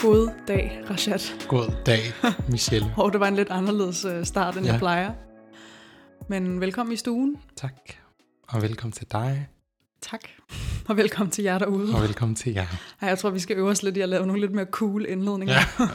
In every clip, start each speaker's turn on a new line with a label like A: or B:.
A: God dag, Rashad.
B: God dag, Michelle.
A: Det var en lidt anderledes start, end jeg plejer. Men velkommen i stuen.
B: Tak. Og velkommen til dig.
A: Tak. Og velkommen til jer derude.
B: Og velkommen til jer.
A: Jeg tror, vi skal øve os lidt i at lave nogle lidt mere cool indledninger. Ja.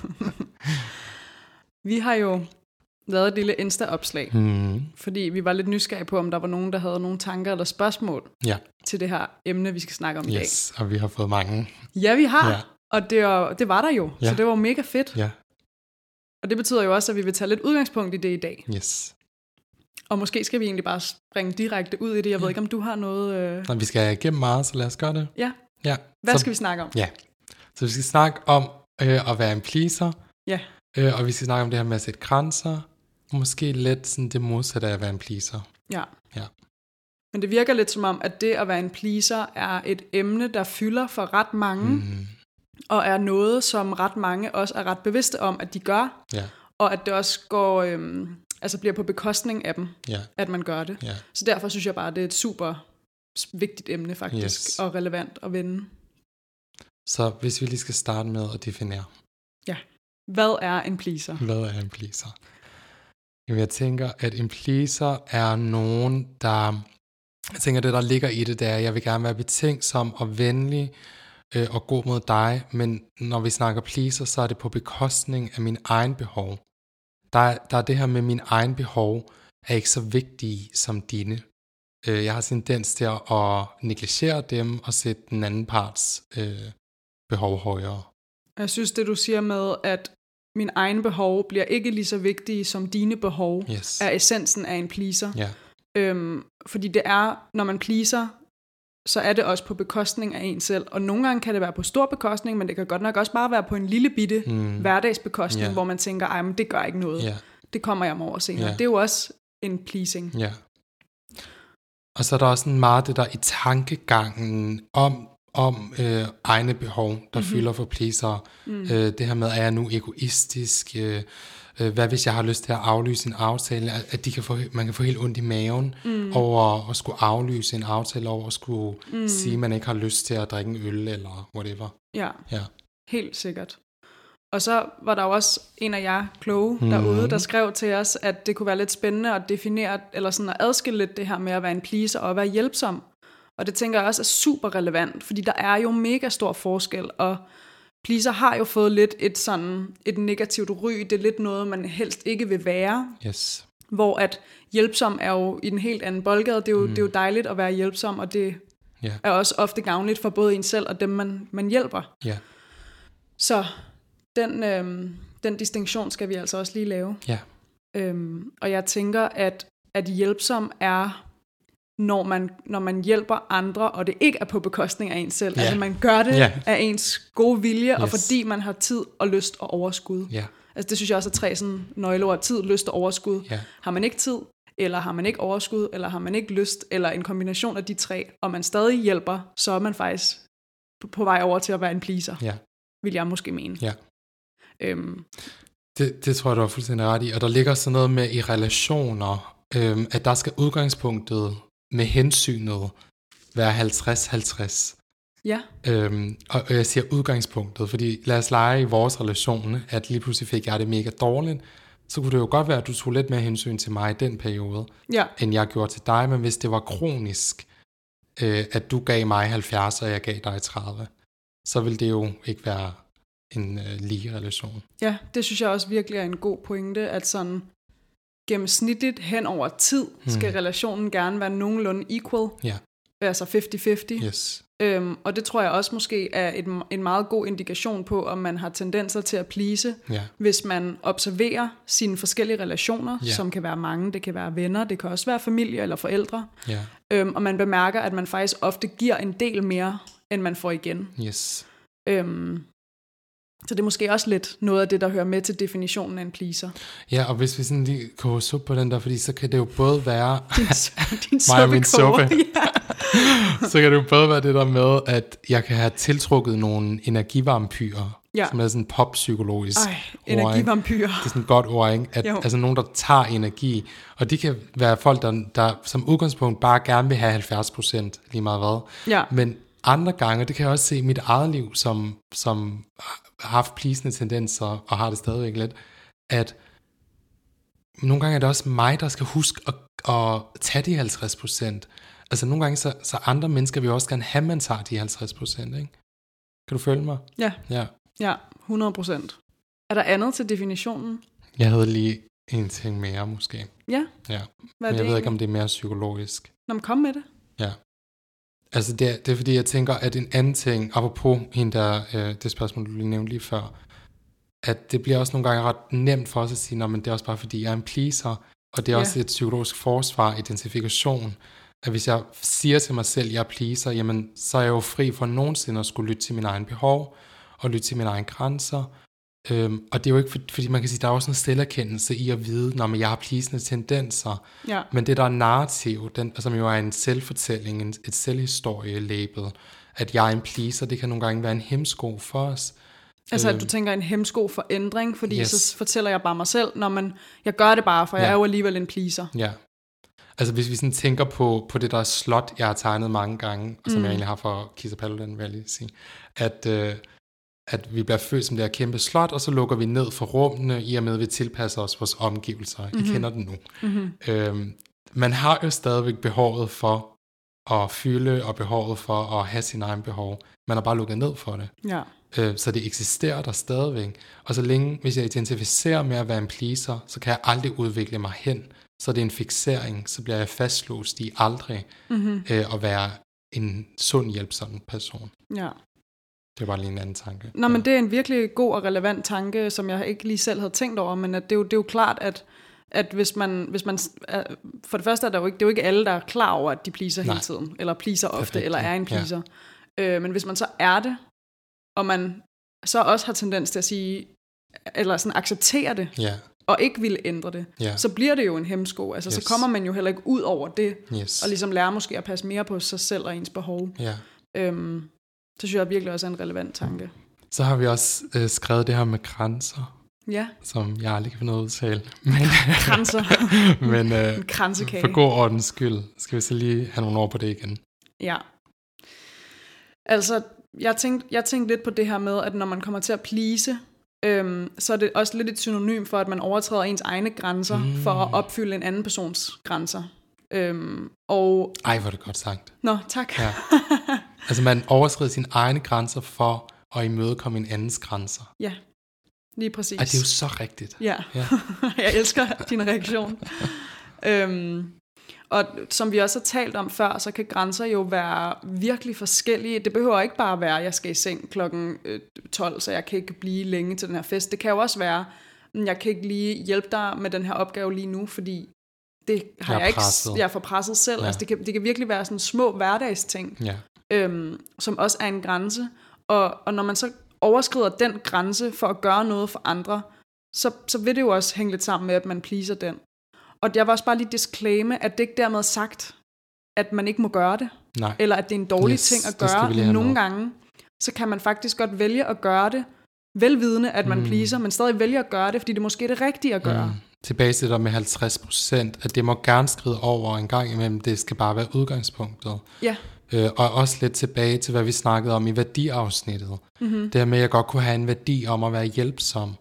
A: Vi har jo lavet et lille Insta-opslag, fordi vi var lidt nysgerrige på, om der var nogen, der havde nogle tanker eller spørgsmål til det her emne, vi skal snakke om i dag.
B: Yes, og vi har fået mange.
A: Ja, vi har. Ja. Og det var der jo, så det var mega fedt.
B: Ja.
A: Og det betyder jo også, at vi vil tage lidt udgangspunkt i det i dag.
B: Yes.
A: Og måske skal vi egentlig bare springe direkte ud i det. Jeg ved ikke, om du har noget...
B: Vi skal igennem meget, så lad os gøre det.
A: Ja. Hvad skal vi snakke om?
B: Ja. Så vi skal snakke om at være en pleaser.
A: Ja.
B: Og vi skal snakke om det her med at sætte grænser. Og måske lidt sådan det modsatte af at være en pleaser.
A: Ja. Men det virker lidt som om, at det at være en pleaser er et emne, der fylder for ret mange. Og er noget, som ret mange også er ret bevidste om, at de gør. Ja. Og at det også går... bliver på bekostning af dem, at man gør det. Ja. Så derfor synes jeg bare, at det er et super vigtigt emne faktisk, og relevant at vende.
B: Så hvis vi lige skal starte med at definere.
A: Ja. Hvad er en pleaser?
B: Hvad er en pleaser? Jamen, jeg tænker, at en pleaser er nogen, der... Jeg tænker, det der ligger i det, det er, at jeg vil gerne være betænksom og venlig og god mod dig, men når vi snakker pleaser, så er det på bekostning af min egen behov. Der er det her med mine egen behov, er ikke så vigtige som dine. Jeg har tendens til at negligere dem og sætte den anden parts behov højere.
A: Jeg synes, det du siger med, at min egen behov bliver ikke lige så vigtige som dine behov, er essensen af en pleaser.
B: Ja.
A: Fordi det er, når man pleaser, så er det også på bekostning af en selv. Og nogle gange kan det være på stor bekostning, men det kan godt nok også bare være på en lille bitte hverdagsbekostning, hvor man tænker, men det gør ikke noget. Det kommer jeg over senere. Det er jo også en pleasing.
B: Ja. Og så er der også en meget det der i tankegangen om egne behov, der fylder for pleaser. Det her med, er jeg nu egoistisk? Hvad hvis jeg har lyst til at aflyse en aftale? At man kan få helt ondt i maven over at skulle aflyse en aftale, over at skulle sige, at man ikke har lyst til at drikke en øl eller whatever. Ja,
A: helt sikkert. Og så var der jo også en af jer kloge derude, der skrev til os, at det kunne være lidt spændende at definere, eller sådan at adskille lidt det her med at være en pleaser og at være hjælpsom. Og det tænker jeg også er super relevant, fordi der er jo mega stor forskel, og pleaser har jo fået lidt et negativt ry. Det er lidt noget, man helst ikke vil være.
B: Yes.
A: Hvor at hjælpsom er jo i en helt anden boldgade. Det er jo dejligt at være hjælpsom, og det er også ofte gavnligt for både en selv og dem, man hjælper.
B: Yeah.
A: Så den distinktion skal vi altså også lige lave.
B: Yeah.
A: Og jeg tænker, at hjælpsom er... Når man hjælper andre, og det ikke er på bekostning af en selv. Altså man gør det af ens gode vilje, og fordi man har tid og lyst og overskud. Altså det synes jeg også er 3 sådan nøgleord: tid, lyst og overskud. Har man ikke tid, eller har man ikke overskud, eller har man ikke lyst, eller en kombination af de 3, og man stadig hjælper, så er man faktisk på vej over til at være en pleaser. Vil jeg måske mene.
B: Det tror jeg, du har fuldstændig ret i. Og der ligger sådan noget med i relationer, at der skal udgangspunktet med hensynet være 50-50.
A: Ja.
B: Og jeg siger udgangspunktet, fordi lad os lege i vores relation, at lige pludselig fik jeg det mega dårligt, så kunne det jo godt være, at du tog lidt mere hensyn til mig i den periode, end jeg gjorde til dig, men hvis det var kronisk, at du gav mig 70, og jeg gav dig 30, så ville det jo ikke være en lige relation.
A: Ja, det synes jeg også virkelig er en god pointe, at sådan gennemsnitligt hen over tid skal relationen gerne være nogenlunde equal. Altså 50-50.
B: Yes.
A: Og det tror jeg også måske er en meget god indikation på, om man har tendenser til at please, hvis man observerer sine forskellige relationer, som kan være mange. Det kan være venner, det kan også være familie eller forældre. Og man bemærker, at man faktisk ofte giver en del mere, end man får igen.
B: Yes.
A: Så det er måske også lidt noget af det, der hører med til definitionen af en pleaser.
B: Ja, og hvis vi sådan lige koger suppe på den der, fordi så kan det jo både være...
A: Din suppe.
B: Så kan det jo både være det der med, at jeg kan have tiltrukket nogle energivampyrer, som er sådan poppsykologisk ord.
A: Energivampyrer.
B: Det er sådan et godt ord, ikke? At, altså nogen, der tager energi. Og de kan være folk, der som udgangspunkt bare gerne vil have 70% lige meget hvad. Men andre gange, det kan jeg også se i mit eget liv, som har haft pleasende tendenser, og har det stadigvæk lidt, at nogle gange er det også mig, der skal huske at tage de 50%. Altså nogle gange, så andre mennesker vil også gerne have, man tager de 50%, ikke? Kan du følge mig?
A: Ja.
B: Ja.
A: Ja, 100%. Er der andet til definitionen?
B: Jeg havde lige en ting mere, måske.
A: Ja?
B: Ja. Men jeg ved ikke, om det er mere psykologisk.
A: Nå, men kom med det.
B: Ja. Altså, det er fordi, jeg tænker, at en anden ting, apropos hende der, det spørgsmål, du lige nævnte lige før, at det bliver også nogle gange ret nemt for os at sige, men det er også bare fordi, jeg er en pleaser, og det er også et psykologisk forsvar, identifikation, at hvis jeg siger til mig selv, at jeg er pleaser, jamen, så er jeg jo fri for nogensinde at skulle lytte til mine egne behov, og lytte til mine egne grænser. Og det er jo ikke, fordi man kan sige, der er også en selverkendelse i at vide, når jeg har pleasende tendenser, men det der er narrativ, som jo er en selvfortælling, et selvhistorie-label, at jeg er en pleaser, det kan nogle gange være en hemsko for os.
A: Altså at du tænker en hemsko for ændring, fordi så fortæller jeg bare mig selv, jeg gør det bare, for jeg er jo alligevel en pleaser.
B: Ja. Altså hvis vi sådan tænker på det der slot, jeg har tegnet mange gange, og som jeg egentlig har for Kisa Paludan, vil jeg lige sige, at vi bliver født som det her kæmpe slot, og så lukker vi ned for rummene, i og med at vi tilpasser os vores omgivelser. I kender den nu. Man har jo stadigvæk behovet for at fylde, og behovet for at have sin egen behov. Man har bare lukket ned for det.
A: Ja.
B: Så det eksisterer der stadigvæk. Og så længe, hvis jeg identificerer med at være en pleaser, så kan jeg aldrig udvikle mig hen. Så det er en fiksering, så bliver jeg fastlåst i aldrig at være en sund, hjælpsom person.
A: Ja.
B: Det var lige en anden tanke.
A: Nå, men det er en virkelig god og relevant tanke, som jeg ikke lige selv havde tænkt over, men at det er jo klart, at hvis man for det første er det er jo ikke alle, der er klar over, at de pleaser hele tiden, eller pleaser ofte, eller er en pleaser. Ja. Men hvis man så er det, og man så også har tendens til at sige, eller sådan acceptere det, og ikke vil ændre det, så bliver det jo en hemsko. Altså så kommer man jo heller ikke ud over det, og ligesom lærer måske at passe mere på sig selv og ens behov. Det synes jeg virkelig også er en relevant tanke.
B: Så har vi også skrevet det her med grænser.
A: Ja.
B: Som jeg aldrig kan finde ud af at udtale.
A: Grænser.
B: Men
A: en kransekage.
B: For god ordens skyld, skal vi så lige have nogle ord på det igen.
A: Ja. Altså, jeg tænkte lidt på det her med, at når man kommer til at please, så er det også lidt et synonym for, at man overtræder ens egne grænser, for at opfylde en anden persons grænser. Og
B: ej, hvor er det godt sagt.
A: Nå, tak.
B: Ja. Altså man overskrider sine egne grænser for at imødekomme en andens grænser.
A: Ja, lige præcis.
B: Ej, det er jo så rigtigt.
A: Ja. Jeg elsker din reaktion. Og som vi også har talt om før, så kan grænser jo være virkelig forskellige. Det behøver ikke bare være, at jeg skal i seng klokken 12, så jeg kan ikke blive længe til den her fest. Det kan jo også være, at jeg kan ikke lige hjælpe dig med den her opgave lige nu, fordi det har jeg ikke. Jeg er for presset selv. Ja. Altså det kan virkelig være sådan små hverdagsting, som også er en grænse. Og når man så overskrider den grænse for at gøre noget for andre, så vil det jo også hænge lidt sammen med, at man pleaser den. Og jeg vil også bare lige disclaime, at det ikke dermed sagt, at man ikke må gøre det.
B: Nej.
A: Eller at det er en dårlig ting at gøre. Nogle gange, så kan man faktisk godt vælge at gøre det, velvidende, at man pleaser, men stadig vælge at gøre det, fordi det måske er det rigtige at gøre.
B: Tilbage til det med 50%, at det må gerne skride over en gang imellem, det skal bare være udgangspunktet.
A: Ja.
B: Og også lidt tilbage til, hvad vi snakkede om i værdiafsnittet. Det her med, at jeg godt kunne have en værdi om at være hjælpsom,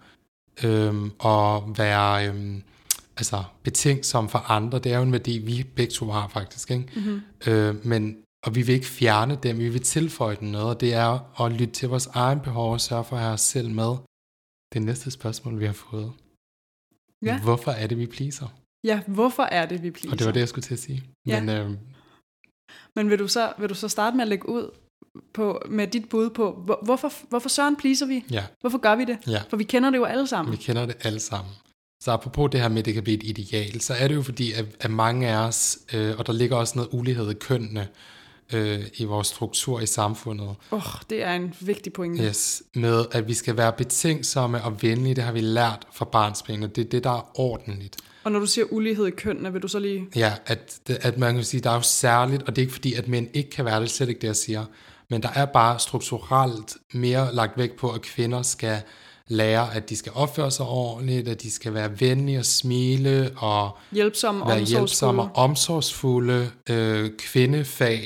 B: og være betænksom for andre. Det er jo en værdi, vi begge to har faktisk. Ikke? Og vi vil ikke fjerne dem, vi vil tilføje den noget, og det er at lytte til vores egen behov og sørge for at have os selv med. Det næste spørgsmål, vi har fået. Ja. Hvorfor er det, vi pleaser?
A: Ja, hvorfor er det, vi pleaser?
B: Og det var det, jeg skulle til at sige.
A: Ja. Men vil du så starte med at lægge ud med dit bud på, hvorfor søren pleaser vi?
B: Ja.
A: Hvorfor gør vi det?
B: Ja.
A: For vi kender det jo alle sammen.
B: Vi kender det alle sammen. Så apropos det her med, at det kan blive et ideal, så er det jo fordi, at mange af os, og der ligger også noget ulighed i kønnene, i vores struktur i samfundet.
A: Det er en vigtig pointe.
B: Yes, med at vi skal være betænksomme og venlige, det har vi lært fra barnsben, og det er det, der er ordentligt.
A: Og når du siger ulighed i kønnene, vil du så lige...
B: Ja, at man kan sige, der er jo særligt, og det er ikke fordi, at mænd ikke kan være det, slet ikke det, jeg siger, men der er bare strukturelt mere lagt vægt på, at kvinder skal lære, at de skal opføre sig ordentligt, at de skal være venlige og smile, og
A: hjælpsomme og
B: omsorgsfulde, kvindefag,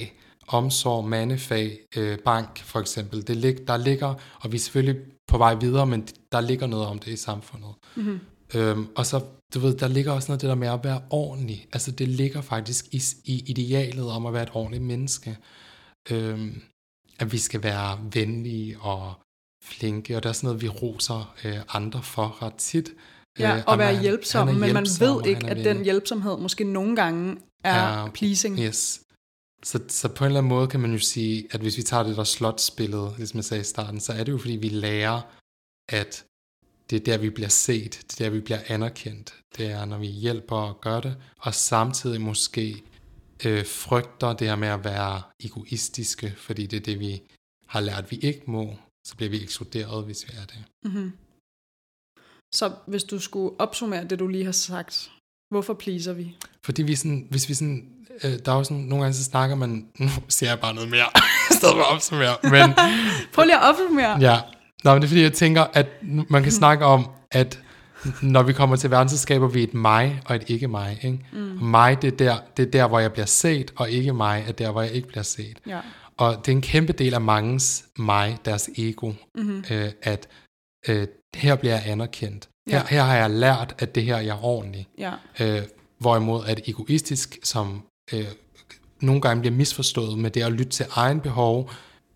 B: omsorg, mandefag, bank for eksempel. Der ligger, og vi er selvfølgelig på vej videre, men der ligger noget om det i samfundet. Mm-hmm. Og så, du ved, der ligger også noget det der med at være ordentlig. Altså det ligger faktisk i idealet om at være et ordentligt menneske. At vi skal være venlige og flinke, og der er sådan noget, vi roser andre for ret tit.
A: Ja, og være hjælpsom, men man ved ikke, at den hjælpsomhed måske nogle gange er pleasing.
B: Yes. Så på en eller anden måde kan man jo sige, at hvis vi tager det der slotsbillede, ligesom jeg sagde i starten, så er det jo fordi, vi lærer, at det er der, vi bliver set, det er der, vi bliver anerkendt. Det er, når vi hjælper og gør det, og samtidig måske frygter det her med at være egoistiske, fordi det er det, vi har lært, vi ikke må, så bliver vi ekskluderet, hvis vi er det. Mm-hmm.
A: Så hvis du skulle opsummere det, du lige har sagt, hvorfor pleaser vi?
B: Fordi vi sådan, hvis vi sådan, der er jo sådan, nogle gange så snakker man, nu siger jeg bare noget mere, i stedet for at opsummere, men...
A: Prøv lige at opsummere.
B: Ja, men det er fordi, jeg tænker, at man kan snakke om, at når vi kommer til verden, så skaber vi et mig og et ikke mig, ikke? Mm. Og mig, det er der, hvor jeg bliver set, og ikke mig er der, hvor jeg ikke bliver set. Ja. Og det er en kæmpe del af mangens mig, deres ego, at her bliver jeg anerkendt. Her har jeg lært, at det her jeg er ordentlig. Ja. Hvorimod at egoistisk, som nogle gange bliver misforstået med det at lytte til egen behov,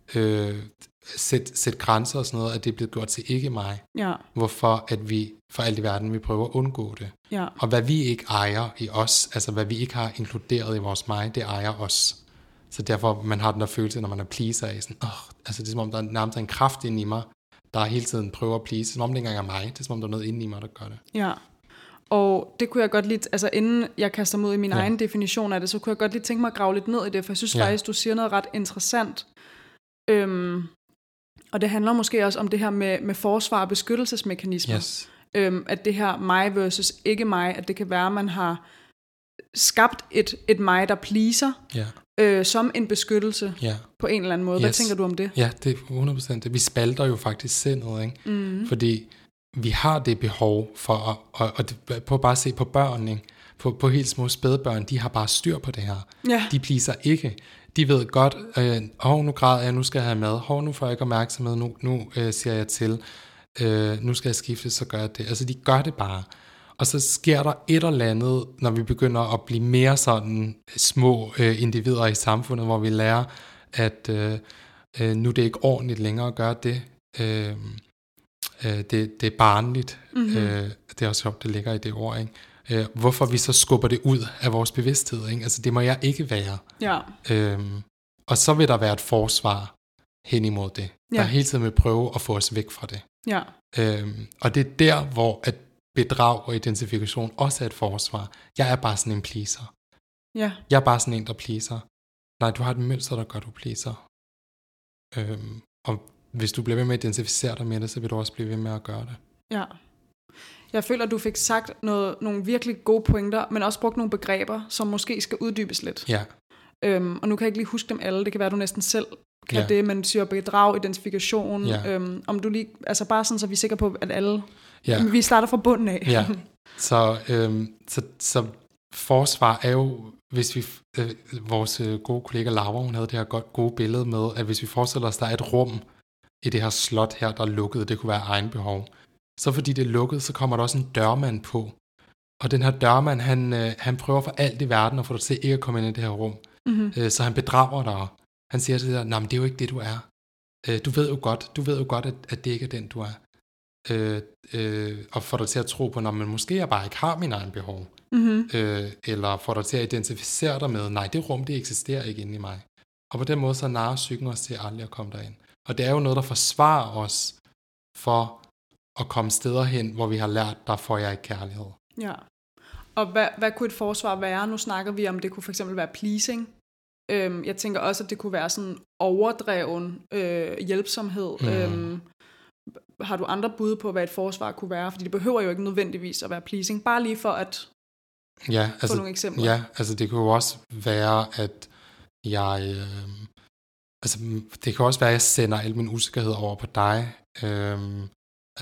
B: sætte grænser og sådan noget, at det er blevet gjort til ikke mig. Ja. Hvorfor at vi for alt i verden vi prøver at undgå det. Ja. Og hvad vi ikke ejer i os, altså hvad vi ikke har inkluderet i vores mig, det ejer os. Så derfor man har den der følelse, når man er pleaser af sådan, altså det er som om der er nærmest en kraft inde i mig, der hele tiden prøver at please, som om det ikke engang er mig, det er som om der er noget inde i mig, der gør det. Ja,
A: og det kunne jeg godt lige, altså inden jeg kaster mig ud i min egen definition af det, så kunne jeg godt lige tænke mig at grave lidt ned i det, for jeg synes faktisk, du siger noget ret interessant. Og det handler måske også om det her med forsvar og beskyttelsesmekanismer. Yes. At det her mig versus ikke mig, at det kan være, at man har skabt et mig, der pleaser, som en beskyttelse på en eller anden måde. Hvad tænker du om det?
B: Ja, det er 100%. Vi spalter jo faktisk sindet, ikke? Mm. Fordi vi har det behov for at på bare at se på børn, ikke? På helt små spædbørn, de har bare styr på det her. Ja. De pleaser ikke. De ved godt, nu græder jeg, nu skal jeg have mad. Nu får jeg ikke opmærksomhed, nu siger jeg til. Nu skal jeg skifte, så gør jeg det. Altså de gør det bare. Og så sker der et eller andet, når vi begynder at blive mere sådan små individer i samfundet, hvor vi lærer, at nu er det ikke ordentligt længere at gøre det. Det er barnligt. Mm-hmm. Det er også sjovt, det ligger i det ord, ikke? Hvorfor vi så skubber det ud af vores bevidsthed, ikke? Altså det må jeg ikke være. Ja. Og så vil der være et forsvar hen imod det. Der hele tiden vil prøve at få os væk fra det. Ja. Og det er der, hvor at bedrag og identifikation også er et forsvar. Jeg er bare sådan en pleaser. Ja. Jeg er bare sådan en, der pleaser. Nej, du har et mønster, der gør, du pleaser. Og hvis du bliver ved med at identificere dig med det, så vil du også blive ved med at gøre det. Ja.
A: Jeg føler, at du fik sagt nogle virkelig gode pointer, men også brugt nogle begreber, som måske skal uddybes lidt. Ja. Og nu kan jeg ikke lige huske dem alle. Det kan være, at du næsten selv kan det, men siger bedrag, identifikation. Ja. Om du lige, altså bare sådan, så vi er sikre på, at alle... Ja. Vi starter fra bunden af.
B: Ja. Så forsvar er jo, hvis vi vores gode kollega Laura, hun havde det her gode billede med, at hvis vi forestiller os, der er et rum i det her slot her, der er lukket, det kunne være egen behov. Så fordi det er lukket, så kommer der også en dørmand på. Og den her dørmand, han prøver for alt i verden at få dig til ikke at komme ind i det her rum. Mm-hmm. Så han bedrager dig. Han siger til dig, nej, men det er jo ikke det, du er. Du ved jo godt, at det ikke er den, du er. Og får dig til at tro på, når man måske jeg bare ikke har min egen behov. Mm-hmm. Eller får dig til at identificere dig med, nej, det rum, det eksisterer ikke inde i mig. Og på den måde, så narrer psyken os til aldrig at komme derind. Og det er jo noget, der forsvarer os for at komme steder hen, hvor vi har lært, der får jeg ikke kærlighed.
A: Ja. Og hvad kunne et forsvar være? Nu snakker vi om, det kunne for eksempel være pleasing. Jeg tænker også, at det kunne være sådan overdreven hjælpsomhed. Mm. Har du andre bud på, hvad et forsvar kunne være? Fordi det behøver jo ikke nødvendigvis at være pleasing. Bare lige for at få nogle eksempler.
B: Ja, altså det kunne jo også være, at jeg... det kan også være, at jeg sender al min usikkerhed over på dig.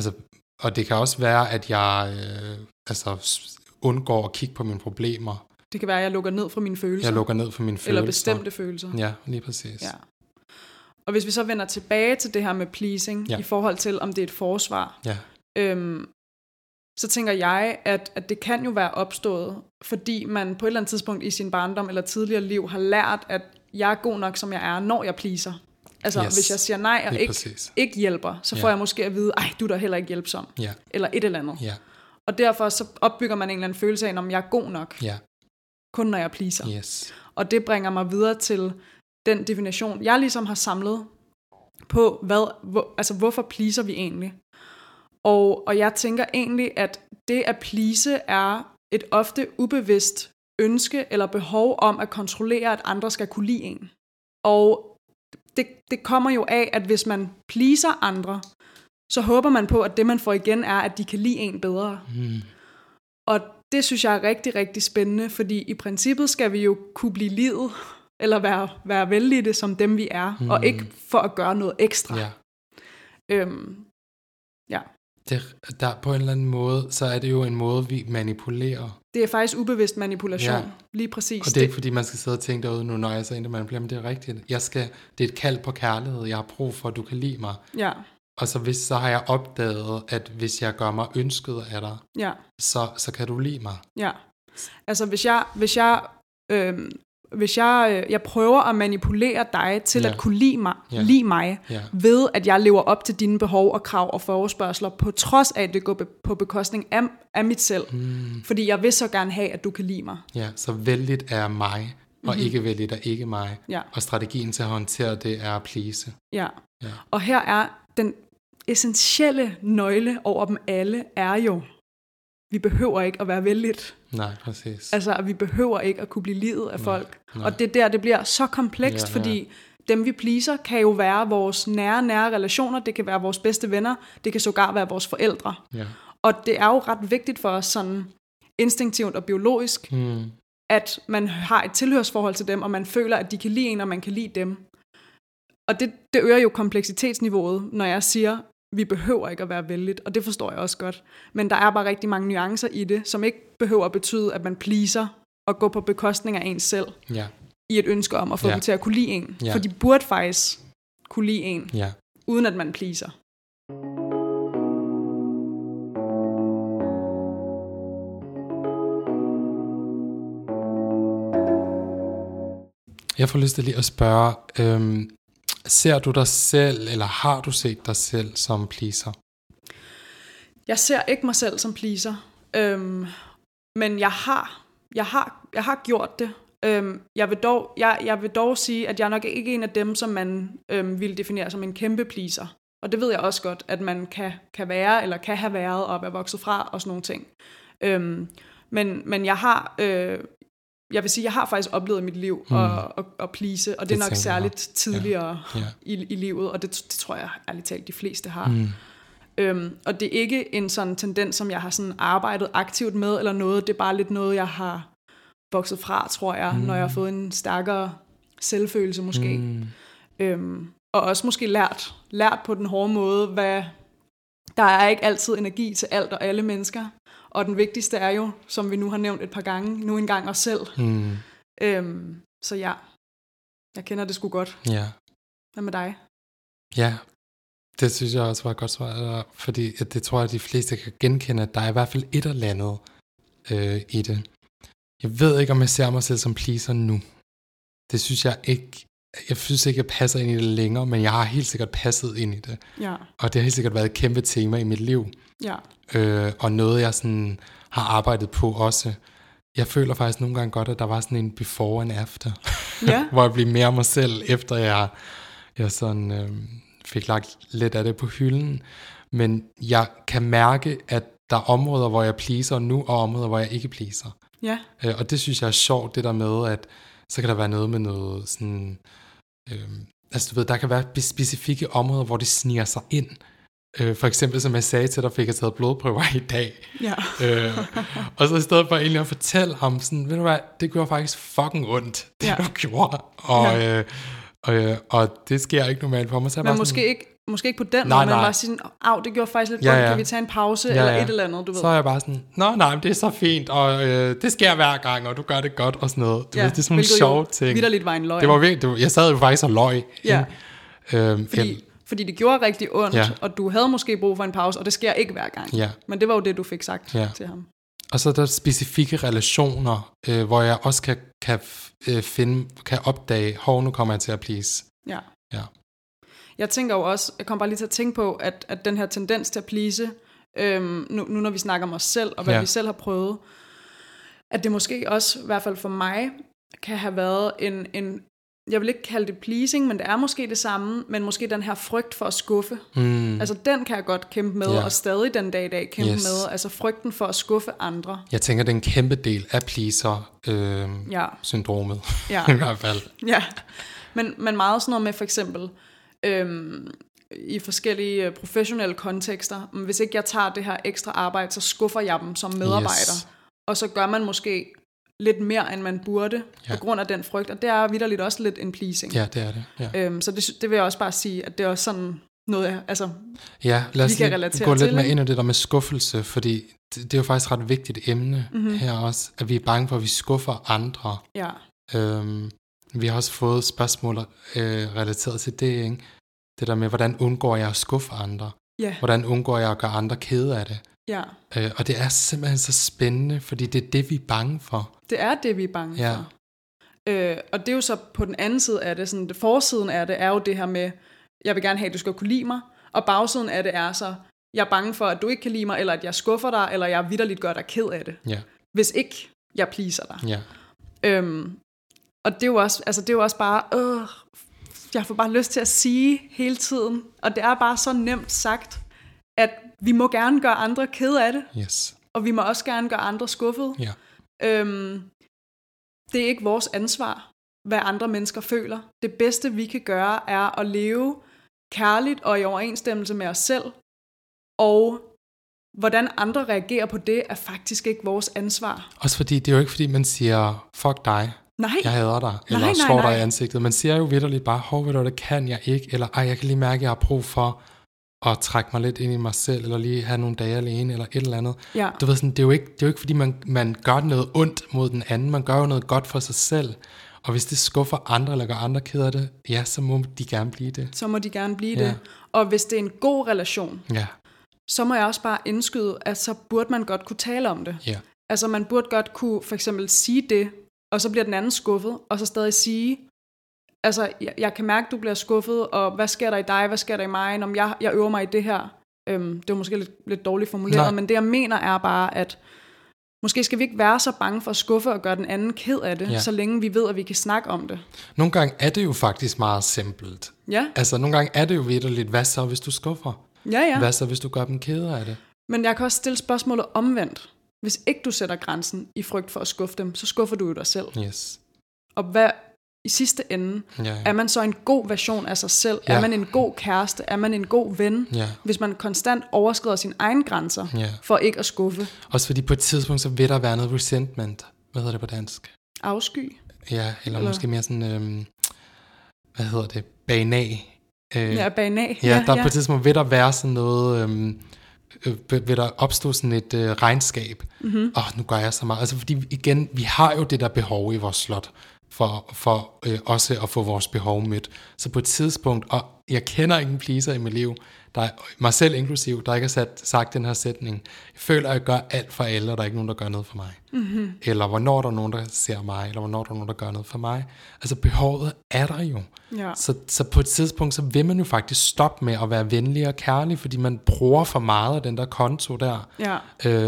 B: Og det kan også være, at jeg undgår at kigge på mine problemer.
A: Det kan være, at jeg lukker ned for mine følelser.
B: Jeg lukker ned for mine følelser.
A: Eller bestemte følelser.
B: Ja, lige præcis.
A: Ja. Og hvis vi så vender tilbage til det her med pleasing, i forhold til, om det er et forsvar, så tænker jeg, at det kan jo være opstået, fordi man på et eller andet tidspunkt i sin barndom eller tidligere liv har lært, at jeg er god nok, som jeg er, når jeg pleaser. Altså, hvis jeg siger nej og ikke hjælper, så får jeg måske at vide, ej, du er da heller ikke hjælpsom. Eller et eller andet. Og derfor så opbygger man en eller anden følelse af, om jeg er god nok. Kun når jeg pleaser. Og det bringer mig videre til den definition, jeg ligesom har samlet på, hvorfor pleaser vi egentlig? Og jeg tænker egentlig, at det at please er et ofte ubevidst ønske eller behov om at kontrollere, at andre skal kunne lide en. Og det kommer jo af, at hvis man pleaser andre, så håber man på, at det man får igen er, at de kan lide en bedre. Og det synes jeg er rigtig, rigtig spændende, fordi i princippet skal vi jo kunne blive lidet, eller være vellidte som dem vi er, og ikke for at gøre noget ekstra.
B: Der på en eller anden måde, så er det jo en måde, vi manipulerer.
A: Det er faktisk ubevidst manipulation, lige præcis.
B: Og det er ikke fordi, man skal sidde og tænke derude nu, når jeg så egentlig manipulerer, men det er rigtigt. Det er et kald på kærlighed, jeg har brug for, at du kan lide mig. Og så har jeg opdaget, at hvis jeg gør mig ønsket af dig, så kan du lide mig.
A: Altså hvis jeg prøver at manipulere dig til at kunne lide mig ved, at jeg lever op til dine behov og krav og forespørgsler, på trods af, at det går på bekostning af mit selv. Fordi jeg vil så gerne have, at du kan lide mig.
B: Ja, så vældigt er mig, og ikke vældigt er ikke mig. Og strategien til at håndtere det er at please.
A: Og her er den essentielle nøgle over dem alle, er jo, vi behøver ikke at være vældigt.
B: Nej, præcis.
A: Altså, vi behøver ikke at kunne blive lidet af folk. Og det der, det bliver så komplekst, fordi dem vi pleaser, kan jo være vores nære relationer, det kan være vores bedste venner, det kan sågar være vores forældre. Og det er jo ret vigtigt for os sådan instinktivt og biologisk, at man har et tilhørsforhold til dem, og man føler, at de kan lide en, og man kan lide dem. Og det øger jo kompleksitetsniveauet, når jeg siger, vi behøver ikke at være vældigt, og det forstår jeg også godt. Men der er bare rigtig mange nuancer i det, som ikke behøver at betyde, at man pleaser og går på bekostning af ens selv, i et ønske om at få dem til at kunne lide en. For de burde faktisk kunne lide en, uden at man pleaser.
B: Jeg får lyst til lige at spørge, ser du dig selv, eller har du set dig selv som pleaser?
A: Jeg ser ikke mig selv som pleaser, men jeg har gjort det. Jeg vil dog sige, at jeg er nok ikke en af dem, som man vil definere som en kæmpe pleaser. Og det ved jeg også godt, at man kan være, eller kan have været og er vokset fra, og sådan nogle ting. Men jeg vil sige, jeg har faktisk oplevet i mit liv at please, og det er nok særligt tidligere i livet, og det tror jeg ærligt talt de fleste har. Og det er ikke en sådan tendens, som jeg har sådan arbejdet aktivt med eller noget, det er bare lidt noget, jeg har vokset fra, tror jeg, når jeg har fået en stærkere selvfølelse måske. Og også måske lært på den hårde måde, hvad der er ikke altid energi til alt og alle mennesker. Og den vigtigste er jo, som vi nu har nævnt et par gange, nu engang os selv. Så ja, jeg kender det sgu godt. Hvad med dig?
B: Ja, det synes jeg også var et godt svar, fordi det tror jeg, at de fleste kan genkende, at der er i hvert fald et eller andet i det. Jeg ved ikke, om jeg ser mig selv som pleaser nu. Det synes jeg ikke. Jeg synes ikke, jeg passer ind i det længere, men jeg har helt sikkert passet ind i det. Og det har helt sikkert været et kæmpe tema i mit liv. Og noget, jeg sådan har arbejdet på også. Jeg føler faktisk nogle gange godt, at der var sådan en before and after. Hvor jeg blev mere mig selv, efter jeg sådan fik lagt lidt af det på hylden. Men jeg kan mærke, at der er områder, hvor jeg pleaser nu, og områder, hvor jeg ikke pleaser. Og det synes jeg er sjovt, det der med, at så kan der være noget med noget sådan... altså du ved, der kan være specifikke områder, hvor det sniger sig ind. For eksempel, som jeg sagde til dig, fik jeg taget blodprøver i dag. Og så i stedet for egentlig at fortælle ham sådan, ved du hvad, det gjorde faktisk fucking ondt, det du gjorde. Og det sker ikke normalt for mig. Så
A: men måske ikke på den måde, men bare sige, det gjorde faktisk lidt godt, kan vi tage en pause, eller et eller andet, du ved.
B: Så er jeg bare sådan, nej, det er så fint, og det sker hver gang, og du gør det godt, og sådan noget. Det er sådan nogle sjove ting.
A: Vitterligt var en løgn.
B: Det var virkelig, jeg sad jo faktisk og løg.
A: Ja. Fordi det gjorde rigtig ondt, og du havde måske brug for en pause, og det sker ikke hver gang. Ja. Men det var jo det, du fik sagt til ham.
B: Og så er der specifikke relationer, hvor jeg også kan opdage, nu kommer jeg til at please.
A: Ja. Jeg tænker jo også, jeg kommer bare lige til at tænke på, at den her tendens til at please, nu når vi snakker om os selv, og hvad vi selv har prøvet, at det måske også, i hvert fald for mig, kan have været en jeg vil ikke kalde det pleasing, men det er måske det samme, men måske den her frygt for at skuffe. Altså den kan jeg godt kæmpe med, og stadig den dag i dag kæmpe med, altså frygten for at skuffe andre.
B: Jeg tænker, det er en kæmpe del af pleaser-syndromet, i hvert fald. Ja,
A: men meget sådan noget med for eksempel, i forskellige professionelle kontekster, hvis ikke jeg tager det her ekstra arbejde, så skuffer jeg dem som medarbejder, og så gør man måske lidt mere, end man burde, på grund af den frygt, og det er vitterligt også lidt en pleasing.
B: Ja, det er det. Ja.
A: Så det vil jeg også bare sige, at det er også sådan noget, altså,
B: lad os gå lidt mere ind i det der med skuffelse, fordi det er jo faktisk et ret vigtigt emne her også, at vi er bange for, at vi skuffer andre.
A: Ja.
B: Vi har også fået spørgsmål relateret til det, ikke? Det der med, hvordan undgår jeg at skuffe andre?
A: Ja.
B: Hvordan undgår jeg at gøre andre kede af det?
A: Ja.
B: Og det er simpelthen så spændende, fordi det er det, vi er bange for.
A: Det er det, vi er bange for. Og det er jo så på den anden side af det, sådan forsiden af det er jo det her med, jeg vil gerne have, at du skal kunne lide mig, og bagsiden af det er så, jeg er bange for, at du ikke kan lide mig, eller at jeg skuffer dig, eller jeg vitterligt gør dig ked af det.
B: Ja.
A: Hvis ikke jeg pleaser dig.
B: Ja.
A: Og det er jo også bare, jeg får bare lyst til at sige hele tiden, og det er bare så nemt sagt, at vi må gerne gøre andre ked af det, og vi må også gerne gøre andre skuffede.
B: Ja.
A: Det er ikke vores ansvar, hvad andre mennesker føler. Det bedste vi kan gøre er at leve kærligt og i overensstemmelse med os selv, og hvordan andre reagerer på det er faktisk ikke vores ansvar.
B: Også fordi det er jo ikke fordi man siger fuck dig.
A: Nej.
B: Jeg hader dig, eller slår dig i ansigtet. Man siger jo vitterligt bare, ved du, det kan jeg ikke, eller jeg kan lige mærke, at jeg har brug for at trække mig lidt ind i mig selv, eller lige have nogle dage alene, eller et eller andet.
A: Ja.
B: Du ved sådan, det er jo ikke fordi man gør noget ondt mod den anden, man gør jo noget godt for sig selv, og hvis det skuffer andre, eller gør andre ked af det, så må de gerne blive det.
A: Så må de gerne blive det. Og hvis det er en god relation, så må jeg også bare indskyde, at så burde man godt kunne tale om det.
B: Ja.
A: Altså man burde godt kunne for eksempel sige det, og så bliver den anden skuffet, og så stadig sige, altså jeg kan mærke, du bliver skuffet, og hvad sker der i dig, hvad sker der i mig, om jeg øver mig i det her. Det var måske lidt dårligt formuleret, men det jeg mener er bare, at måske skal vi ikke være så bange for at skuffe og gøre den anden ked af det, så længe vi ved, at vi kan snakke om det.
B: Nogle gange er det jo faktisk meget simpelt.
A: Ja.
B: Altså nogle gange er det jo vitterligt, hvad så hvis du skuffer?
A: Ja.
B: Hvad så hvis du gør dem kede af det?
A: Men jeg kan også stille spørgsmålet omvendt. Hvis ikke du sætter grænsen i frygt for at skuffe dem, så skuffer du jo dig selv.
B: Yes.
A: Og hvad i sidste ende, er man så en god version af sig selv? Er man en god kæreste? Er man en god ven? Hvis man konstant overskrider sine egne grænser, for ikke at skuffe?
B: Også fordi på et tidspunkt, så vil der være noget resentment. Hvad hedder det på dansk?
A: Afsky?
B: Ja, eller måske mere sådan, hvad hedder det? Banag.
A: Banag.
B: Der på et tidspunkt vil der være sådan noget, vil der opstå sådan et regnskab. Nu gør jeg så meget. Altså fordi igen, vi har jo det der behov i vores slot, for også at få vores behov mødt. Så på et tidspunkt, og jeg kender ikke en pleaser i mit liv, der er, mig selv inklusiv, der ikke har sagt den her sætning, jeg føler, at jeg gør alt for alle, og der er ikke nogen, der gør noget for mig. Eller hvornår der er nogen, der ser mig, eller hvornår der er nogen, der gør noget for mig. Altså behovet er der jo.
A: Ja.
B: Så på et tidspunkt, så vil man jo faktisk stoppe med at være venlig og kærlig, fordi man bruger for meget af den der konto der.
A: Ja.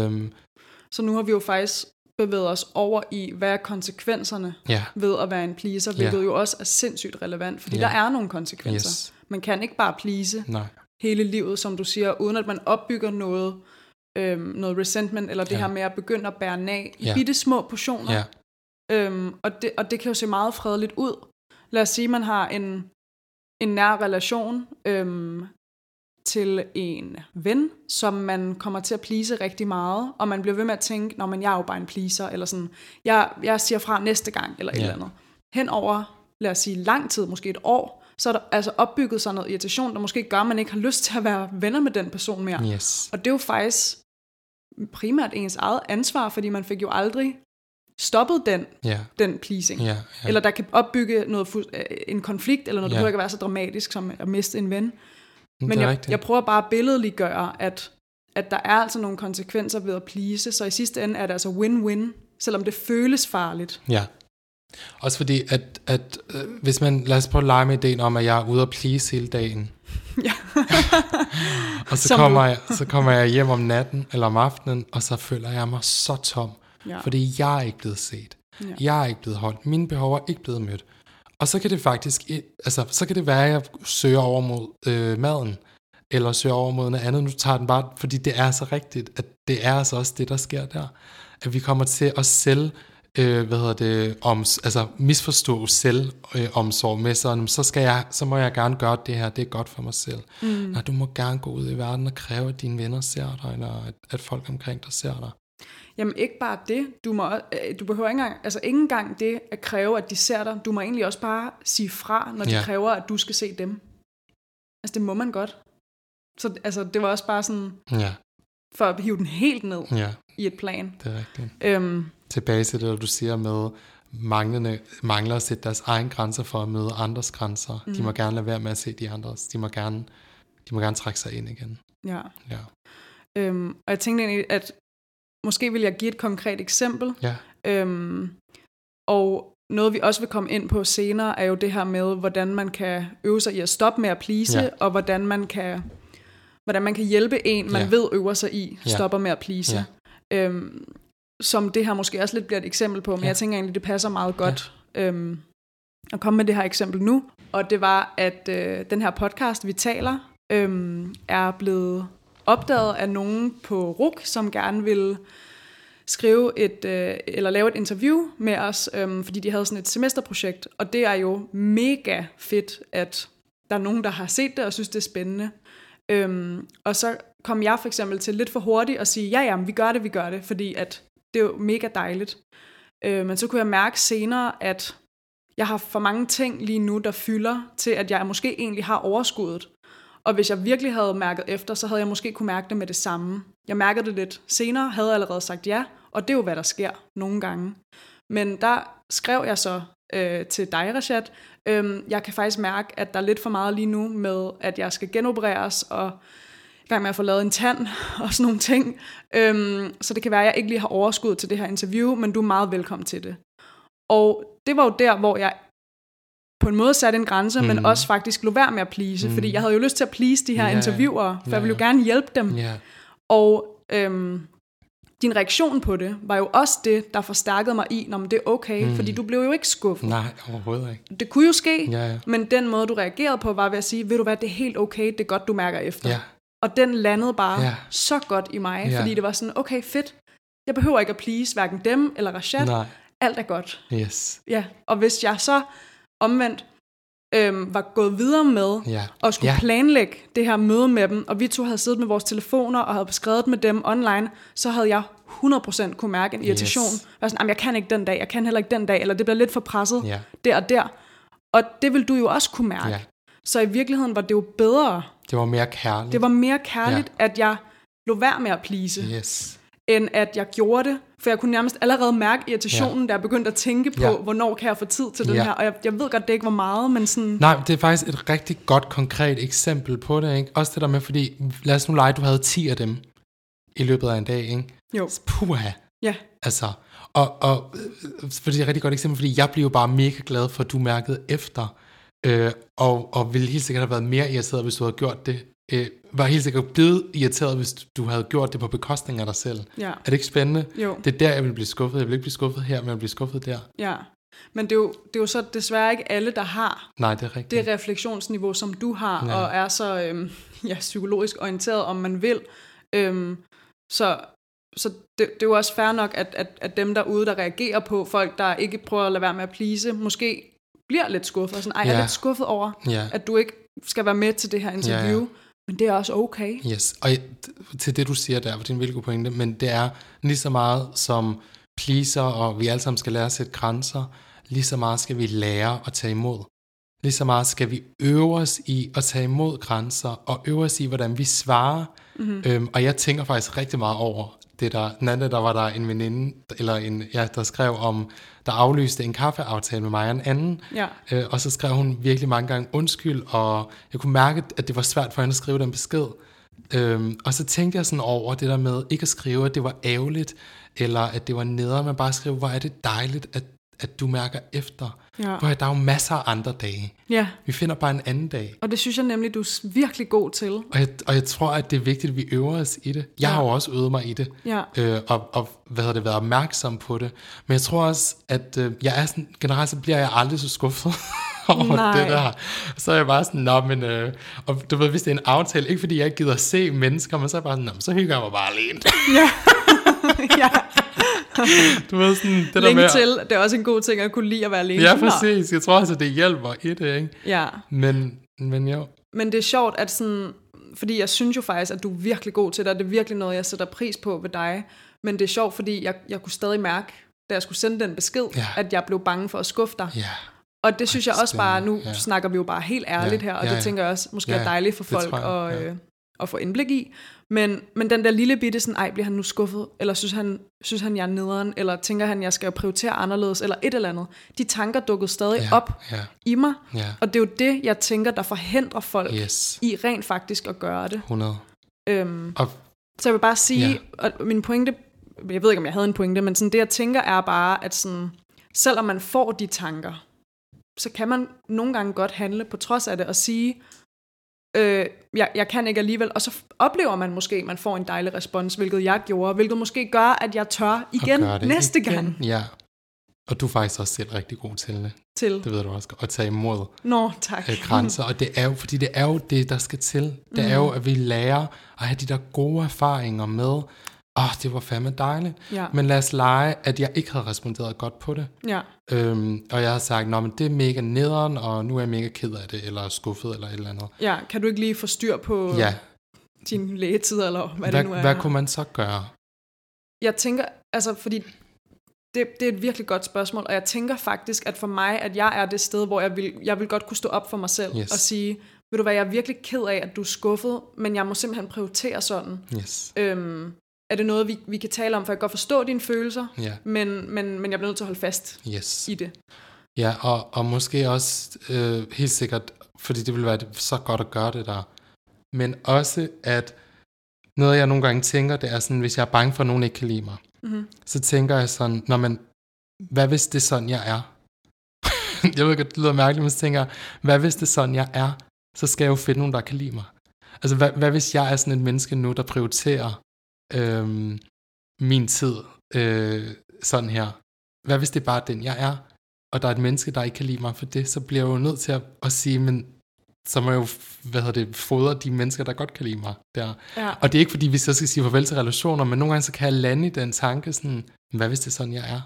A: Så nu har vi jo faktisk bevæget os over i, hvad er konsekvenserne ved at være en pleaser, hvilket jo også er sindssygt relevant, fordi der er nogle konsekvenser. Yes. Man kan ikke bare please hele livet, som du siger, uden at man opbygger noget resentment, eller det her med at begynde at bære nag i bitte små portioner. Og det kan jo se meget fredeligt ud. Lad os sige, at man har en nær relation til en ven, som man kommer til at please rigtig meget, og man bliver ved med at tænke, men jeg er jo bare en pleaser, eller sådan, jeg siger fra næste gang, eller et eller andet. Hen over lad os sige, lang tid, måske et år, så er der altså opbygget sig noget irritation, der måske gør, at man ikke har lyst til at være venner med den person mere.
B: Yes.
A: Og det er jo faktisk primært ens eget ansvar, fordi man fik jo aldrig stoppet den pleasing. Eller der kan opbygge en konflikt, eller noget, der behøver ikke være så dramatisk, som at miste en ven. Men jeg prøver bare at billedliggøre, at der er altså nogle konsekvenser ved at please, så i sidste ende er det altså win-win, selvom det føles farligt.
B: Ja. Også fordi, at hvis man, lad os prøve at lege med ideen om, at jeg er ude at please hele dagen.
A: Ja.
B: Og så kommer jeg hjem om natten, eller om aftenen, og så føler jeg mig så tom. Ja. Fordi jeg er ikke blevet set. Ja. Jeg er ikke blevet holdt. Mine behov er ikke blevet mødt. Og så kan det faktisk, så kan det være, at jeg søger over mod maden, eller søger over mod noget andet. Nu tager den bare, fordi det er så rigtigt, at det er altså også det, der sker der. At vi kommer til at selv, misforstå selvomsorg med sådan, så må jeg gerne gøre det her, det er godt for mig selv. Nej, du må gerne gå ud i verden og kræve, at dine venner ser dig, eller at folk omkring dig ser dig.
A: Jamen ikke bare det, du behøver ikke engang det at kræve, at de ser dig. Du må egentlig også bare sige fra, når de kræver, at du skal se dem. Altså det må man godt. Så altså, det var også bare sådan, for at hive den helt ned i et plan.
B: Det er rigtigt. Tilbage til det, du siger med, mangler at sætte deres egen grænser for at møde andres grænser. De må gerne lade være med at se de andres. De må gerne trække sig ind igen.
A: Ja. Og jeg tænkte egentlig, at måske vil jeg give et konkret eksempel. Ja. Og noget vi også vil komme ind på senere, er jo det her med, hvordan man kan øve sig i at stoppe med at please, og hvordan man kan hjælpe en, man ved øver sig i, stopper med at please. Som det her måske også lidt bliver et eksempel på, men jeg tænker egentlig, det passer meget godt at komme med det her eksempel nu. Og det var, at den her podcast, vi taler, er blevet opdaget af nogen på RUC, som gerne ville skrive eller lave et interview med os, fordi de havde sådan et semesterprojekt, og det er jo mega fedt, at der er nogen, der har set det og synes, det er spændende. Og så kom jeg for eksempel til lidt for hurtigt at sige, ja, vi gør det, fordi at det er jo mega dejligt. Men så kunne jeg mærke senere, at jeg har for mange ting lige nu, der fylder til, at jeg måske egentlig har overskuddet. Og hvis jeg virkelig havde mærket efter, så havde jeg måske kunne mærke det med det samme. Jeg mærkede det lidt senere, havde allerede sagt ja, og det er jo, hvad der sker nogle gange. Men der skrev jeg så til dig, Rashad, jeg kan faktisk mærke, at der er lidt for meget lige nu med, at jeg skal genopereres, og i gang med at få lavet en tand, og sådan nogle ting. Så det kan være, at jeg ikke lige har overskud til det her interview, men du er meget velkommen til det. Og det var jo der, hvor jeg på en måde satte en grænse, men også faktisk lå være med at please, fordi jeg havde jo lyst til at please de her interviewere, for jeg ville jo gerne hjælpe dem. Og din reaktion på det var jo også det, der forstærkede mig i, det er okay, fordi du blev jo ikke skuffet.
B: Nej, overhovedet ikke.
A: Det kunne jo ske, men den måde, du reagerede på, var ved at sige, ved du hvad, det er helt okay, det er godt, du mærker efter. Og den landede bare så godt i mig, fordi det var sådan, okay, fedt, jeg behøver ikke at please hverken dem eller Rashad. Nej. Alt er godt.
B: Yes.
A: Ja, og hvis jeg så omvendt var gået videre med og skulle planlægge det her møde med dem, og vi to havde siddet med vores telefoner og havde skrevet med dem online, så havde jeg 100% kunne mærke en irritation. Jeg sådan, jeg kan ikke den dag, jeg kan heller ikke den dag, eller det bliver lidt for presset der og der. Og det vil du jo også kunne mærke. Så i virkeligheden var det jo bedre.
B: Det var mere kærligt.
A: Det var mere kærligt, at jeg lå være med at please, end at jeg gjorde det. For jeg kunne nærmest allerede mærke irritationen, da jeg begyndte at tænke på, hvornår kan jeg få tid til den her. Og jeg ved godt, det ikke var meget, men sådan...
B: Nej, det er faktisk et rigtig godt, konkret eksempel på det, ikke? Også det der med, fordi, lad os nu lege, du havde 10 af dem i løbet af en dag, ikke?
A: Jo.
B: Puha.
A: Ja.
B: Altså, og for det er et rigtig godt eksempel, fordi jeg blev jo bare mega glad for, at du mærkede efter, og ville helt sikkert have været mere irriteret, hvis du havde gjort det. Var helt sikkert blevet irriteret, hvis du havde gjort det på bekostning af dig selv. Ja. Er det ikke spændende?
A: Jo.
B: Det er der, jeg vil blive skuffet. Jeg vil ikke blive skuffet her, men jeg vil blive skuffet der.
A: Ja, men det er jo så desværre ikke alle, der har
B: det
A: refleksionsniveau, som du har, og er så psykologisk orienteret, om man vil. Så det er jo også fair nok, at dem derude, der reagerer på folk, der ikke prøver at lade være med at please, måske bliver lidt skuffet. Sådan, jeg er lidt skuffet over, at du ikke skal være med til det her interview. Men det er også okay.
B: Yes, og til det du siger der, for det er en virkelig god pointe, men det er lige så meget som pleaser, og vi alle sammen skal lære at sætte grænser, lige så meget skal vi lære at tage imod. Lige så meget skal vi øve os i at tage imod grænser, og øve os i, hvordan vi svarer. Og jeg tænker faktisk rigtig meget over det der. Den anden, der var der en veninde, der skrev om, der aflyste en kaffeaftale med mig og en anden.
A: Ja.
B: Og så skrev hun virkelig mange gange undskyld, og jeg kunne mærke, at det var svært for hende at skrive den besked. Og så tænkte jeg sådan over det der med ikke at skrive, at det var ærgerligt, eller at det var nederen, men bare skrive, hvor er det dejligt, at du mærker efter.
A: Ja.
B: Hvor der er jo masser af andre dage.
A: Ja.
B: Vi finder bare en anden dag.
A: Og det synes jeg nemlig, du er virkelig god til.
B: Og jeg tror, at det er vigtigt, at vi øver os i det. Jeg har jo også øvet mig i det.
A: Ja.
B: Og været opmærksom på det. Men jeg tror også, at jeg er sådan, generelt så bliver jeg aldrig så skuffet over det der. Så er jeg bare sådan, og du ved, hvis det er en aftale, ikke fordi jeg ikke gider at se mennesker, men så er jeg bare sådan, så hygger jeg mig bare alene.
A: Ja. Ja.
B: Du ved sådan, det der
A: længe
B: med
A: til, det er også en god ting at kunne lide at være alene.
B: Ja, præcis. Jeg tror altså, det hjælper i det, ikke?
A: Ja.
B: Men jo.
A: Men det er sjovt, at sådan, fordi jeg synes jo faktisk, at du er virkelig god til det, og det er virkelig noget, jeg sætter pris på ved dig. Men det er sjovt, fordi jeg kunne stadig mærke, da jeg skulle sende den besked, at jeg blev bange for at skuffe dig.
B: Ja.
A: Og det synes jeg også bare, nu snakker vi jo bare helt ærligt her, og det tænker jeg også måske er dejligt for folk at få indblik i. Men den der lille bitte sådan, bliver han nu skuffet, eller synes han jeg er nederen, eller tænker han, jeg skal prioritere anderledes, eller et eller andet. De tanker dukkede stadig op i mig, og det er jo det, jeg tænker, der forhindrer folk i rent faktisk at gøre det.
B: 100.
A: Så jeg vil bare sige, og min pointe, jeg ved ikke, om jeg havde en pointe, men sådan det, jeg tænker, er bare, at sådan, selvom man får de tanker, så kan man nogle gange godt handle på trods af det, og sige, jeg kan ikke alligevel, og så oplever man måske, at man får en dejlig respons, hvilket jeg gjorde, hvilket måske gør, at jeg tør igen næste gang.
B: Ja, og du er faktisk også selv rigtig god til det. Det ved du også, at tage imod grænser, og det er jo, fordi det er jo det, der skal til. Det er jo, at vi lærer at have de der gode erfaringer med, det var fandme dejligt. Ja. Men lad os lege, at jeg ikke havde responderet godt på det. Ja. Og jeg har sagt, men det er mega nederen, og nu er jeg mega ked af det, eller skuffet, eller et eller andet. Ja,
A: kan du ikke lige få styr på din lægetid, eller hvad det nu er?
B: Hvad kunne man så gøre?
A: Jeg tænker, altså fordi det er et virkelig godt spørgsmål, og jeg tænker faktisk, at for mig, at jeg er det sted, hvor jeg vil godt kunne stå op for mig selv, og sige, ved du hvad, jeg er virkelig ked af, at du er skuffet, men jeg må simpelthen prioritere sådan. Yes. Er det noget, vi kan tale om, for jeg kan godt forstå dine følelser, men jeg bliver nødt til at holde fast i det.
B: Ja, og måske også helt sikkert, fordi det vil være så godt at gøre det der, men også at noget jeg nogle gange tænker, det er sådan, hvis jeg er bange for, at nogen ikke kan lide mig, så tænker jeg sådan, hvad hvis det er sådan, jeg er? Jeg ved godt, det lyder mærkeligt, men så tænker jeg, hvad hvis det er sådan, jeg er? Så skal jeg jo finde nogen, der kan lide mig. Altså, hvad hvis jeg er sådan et menneske nu, der prioriterer min tid sådan her? Hvad hvis det er bare den, jeg er? Og der er et menneske, der ikke kan lide mig for det, så bliver jeg jo nødt til at sige, men så må jeg jo, fodre de mennesker, der godt kan lide mig der. Ja. Og det er ikke, fordi vi så skal sige farvel til relationer, men nogle gange så kan jeg lande i den tanke sådan, hvad hvis det er sådan, jeg er?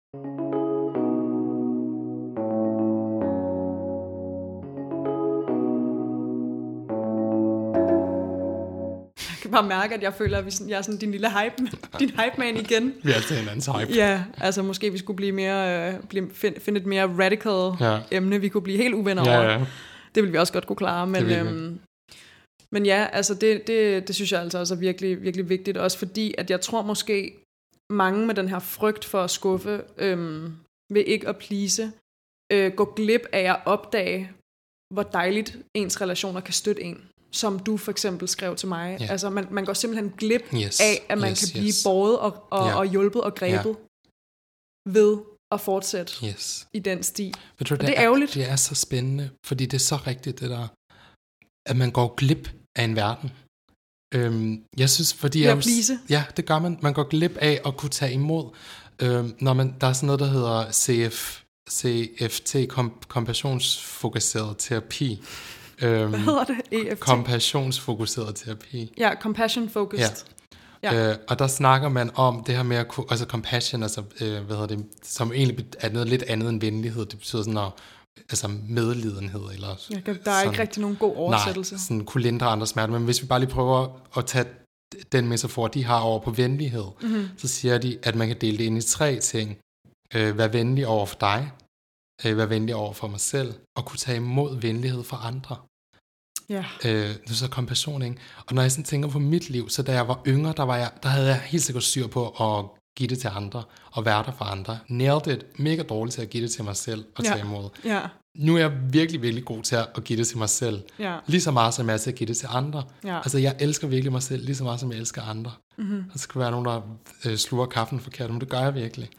A: Jeg kan bare mærke, at jeg føler, at jeg er sådan din lille hype man igen.
B: Vi er altid hinandens hype.
A: Ja, altså måske vi skulle blive mere, finde et mere radical emne, vi kunne blive helt uvenner over. Det ville vi også godt kunne klare, men ja, altså det synes jeg altså også er virkelig, virkelig vigtigt, også fordi, at jeg tror måske, mange med den her frygt for at skuffe, ved ikke at please, gå glip af at opdage, hvor dejligt ens relationer kan støtte en, som du for eksempel skrev til mig. Yeah. Altså man går simpelthen glip af, at man kan blive båret og hjulpet og grebet ved at fortsætte i den sti.
B: Og det er ærgerligt. Det er så spændende, fordi det er så rigtigt det der, at man går glip af en verden. Jeg synes, fordi det gør man. Man går glip af at kunne tage imod, når der er sådan noget, der hedder CFT, kompassionsfokuseret terapi.
A: Hvad hedder det? EFT?
B: Kompassionsfokuseret terapi.
A: Ja, compassion focused.
B: Ja. Og der snakker man om det her med at altså compassion, altså som egentlig er noget lidt andet end venlighed. Det betyder sådan altså medlidenhed eller
A: der er sådan, ikke rigtig nogen god oversættelse.
B: Nej, sådan kunne lindre andres smerte. Men hvis vi bare lige prøver at tage den metafor, de har over på venlighed, så siger de, at man kan dele det ind i 3 ting. Vær venlig over for dig, være venlig over for mig selv, og kunne tage imod venlighed fra andre.
A: Ja.
B: Det er så kompassion, ikke? Og når jeg sådan tænker på mit liv, så da jeg var yngre, der havde jeg helt sikkert styr på at give det til andre, og være der for andre. Nailed it. Mega dårligt til at give det til mig selv, og tage imod.
A: Ja.
B: Nu er jeg virkelig, virkelig god til at give det til mig selv.
A: Ja.
B: Lige så meget, som jeg er til at give det til andre.
A: Ja.
B: Altså, jeg elsker virkelig mig selv, lige så meget, som jeg elsker andre.
A: Mm-hmm.
B: Der skal være nogen, der sluger kaffen forkert, men det gør jeg virkelig.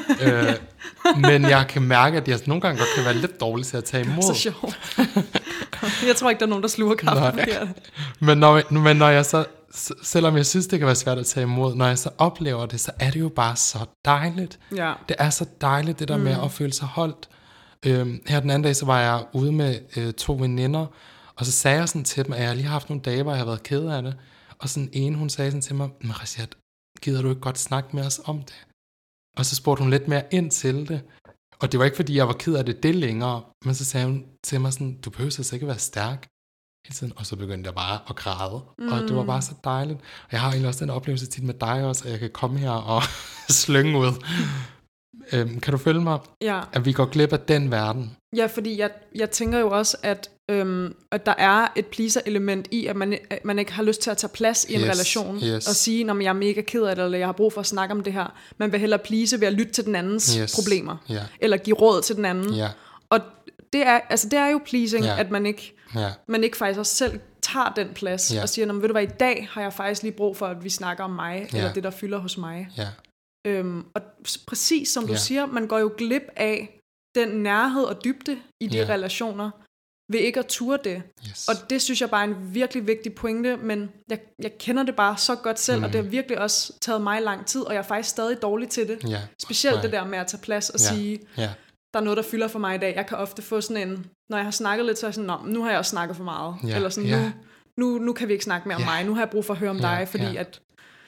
B: Men jeg kan mærke, at jeg nogle gange godt kan være lidt dårlig til at tage imod.
A: Så sjovt. Jeg tror ikke, der er nogen, der sluger kaffen forkert.
B: Men når jeg så, selvom jeg synes, det kan være svært at tage imod, når jeg så oplever det, så er det jo bare så dejligt.
A: Ja.
B: Det er så dejligt, det der med at føle sig holdt. Her den anden dag, så var jeg ude med 2 veninder, og så sagde jeg sådan til dem, at jeg lige har haft nogle dage, hvor jeg har været ked af det. Og sådan en, hun sagde sådan til mig, Rashad, gider du ikke godt snakke med os om det? Og så spurgte hun lidt mere ind til det. Og det var ikke, fordi jeg var ked af det længere, men så sagde hun til mig sådan, du behøver altså ikke at være stærk hele tiden. Og så begyndte jeg bare at græde. Og det var bare så dejligt. Og jeg har egentlig også den oplevelse tit med dig også, at jeg kan komme her og slynge ud. Kan du følge mig?
A: Ja.
B: At vi går glip af den verden.
A: Ja, fordi jeg tænker jo også, at der er et pleaser-element i, at man ikke har lyst til at tage plads i en relation, og sige, at jeg er mega ked af det, eller jeg har brug for at snakke om det her. Man vil hellere please ved at lytte til den andens problemer, eller give råd til den anden. Og det er jo pleasing, at man ikke faktisk også selv tager den plads, og siger, ved du hvad, i dag har jeg faktisk lige brug for, at vi snakker om mig, eller det, der fylder hos mig. Og præcis som du siger, man går jo glip af den nærhed og dybde i de relationer, ved ikke at ture det. Og det synes jeg bare er en virkelig vigtig pointe, men jeg kender det bare så godt selv, og det har virkelig også taget mig lang tid, og jeg er faktisk stadig dårlig til det. Specielt det der med at tage plads og sige, der er noget, der fylder for mig i dag. Jeg kan ofte få sådan en, når jeg har snakket lidt, så er jeg sådan, nu har jeg også snakket for meget. Eller sådan, nu kan vi ikke snakke mere om mig. Nu har jeg brug for at høre om dig, fordi at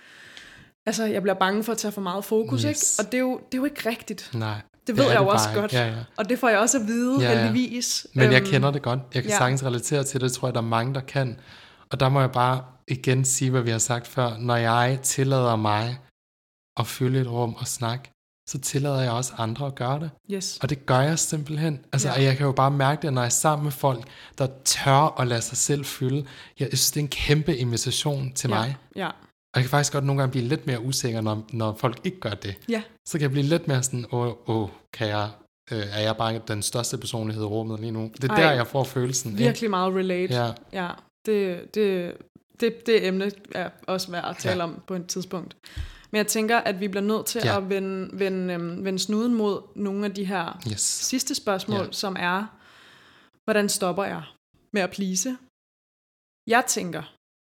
A: altså, jeg bliver bange for at tage for meget fokus, ikke? Og det er jo ikke rigtigt.
B: Nej.
A: Det ved jeg jo også godt. Og det får jeg også at vide, heldigvis.
B: Men jeg kender det godt. Jeg kan sagtens relatere til det, tror jeg, der er mange, der kan. Og der må jeg bare igen sige, hvad vi har sagt før. Når jeg tillader mig at fylde et rum og snakke, så tillader jeg også andre at gøre det. Og det gør jeg simpelthen. Altså, jeg kan jo bare mærke det, når jeg er sammen med folk, der tør at lade sig selv fylde. Jeg synes, det er en kæmpe invitation til mig. Og jeg kan faktisk godt nogle gange blive lidt mere usikker, når folk ikke gør det. Så kan jeg blive lidt mere sådan, er jeg bare den største personlighed i rummet lige nu? Det er der, jeg får følelsen.
A: Virkelig meget relate. Ja. Det emne er også værd at tale om på et tidspunkt. Men jeg tænker, at vi bliver nødt til at vende snuden mod nogle af de her sidste spørgsmål, som er, hvordan stopper jeg med at please? Jeg tænker,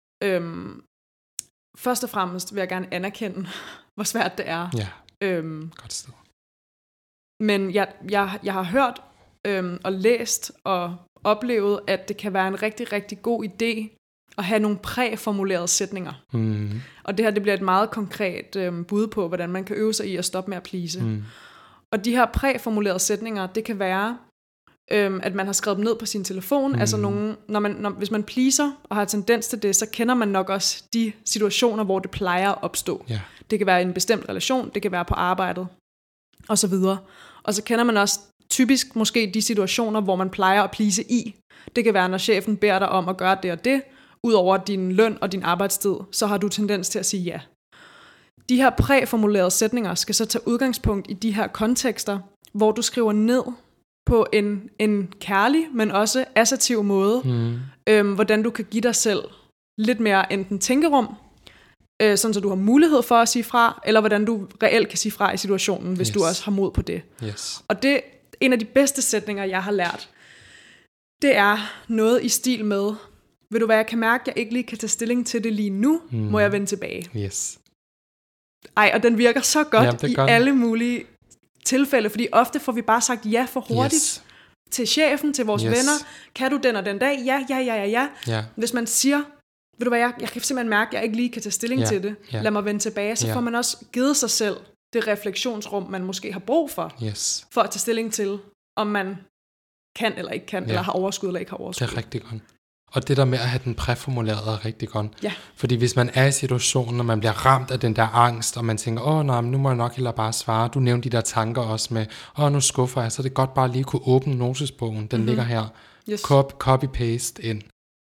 A: først og fremmest vil jeg gerne anerkende, hvor svært det er.
B: Godt sted.
A: Men jeg har hørt og læst og oplevet, at det kan være en rigtig, rigtig god idé at have nogle præformulerede sætninger. Og det her, det bliver et meget konkret bud på, hvordan man kan øve sig i at stoppe med at please. Og de her præformulerede sætninger, det kan være, at man har skrevet dem ned på sin telefon. Altså hvis man pleaser og har tendens til det, så kender man nok også de situationer, hvor det plejer at opstå. Det kan være en bestemt relation, det kan være på arbejdet, og så videre. Og så kender man også typisk måske de situationer, hvor man plejer at please i. Det kan være, når chefen beder dig om at gøre det og det, ud over din løn og din arbejdstid, så har du tendens til at sige ja. De her præformulerede sætninger skal så tage udgangspunkt i de her kontekster, hvor du skriver ned på en kærlig, men også assertiv måde, hvordan du kan give dig selv lidt mere enten tænkerum, sådan så du har mulighed for at sige fra, eller hvordan du reelt kan sige fra i situationen, hvis du også har mod på det. Og det en af de bedste sætninger, jeg har lært, det er noget i stil med, ved du hvad, jeg kan mærke, at jeg ikke lige kan tage stilling til det lige nu, må jeg vende tilbage. Og den virker så godt i alle mulige tilfælde, fordi ofte får vi bare sagt ja for hurtigt til chefen, til vores venner. Kan du den og den dag? Ja. Hvis man siger, ved du hvad, jeg kan simpelthen mærke, at jeg ikke lige kan tage stilling til det. Lad mig vende tilbage. Så får man også givet sig selv det refleksionsrum, man måske har brug for, for at tage stilling til, om man kan eller ikke kan, eller har overskud eller ikke har overskud.
B: Det er rigtig godt. Og det der med at have den præformuleret er rigtig godt.
A: Ja.
B: Fordi hvis man er i situationen, og man bliver ramt af den der angst, og man tænker, nej, nu må jeg nok hellere bare svare. Du nævnte de der tanker også med, nu skuffer jeg, så er det godt bare lige kunne åbne notesbogen. Den ligger her.
A: Yes.
B: Copy-paste ind.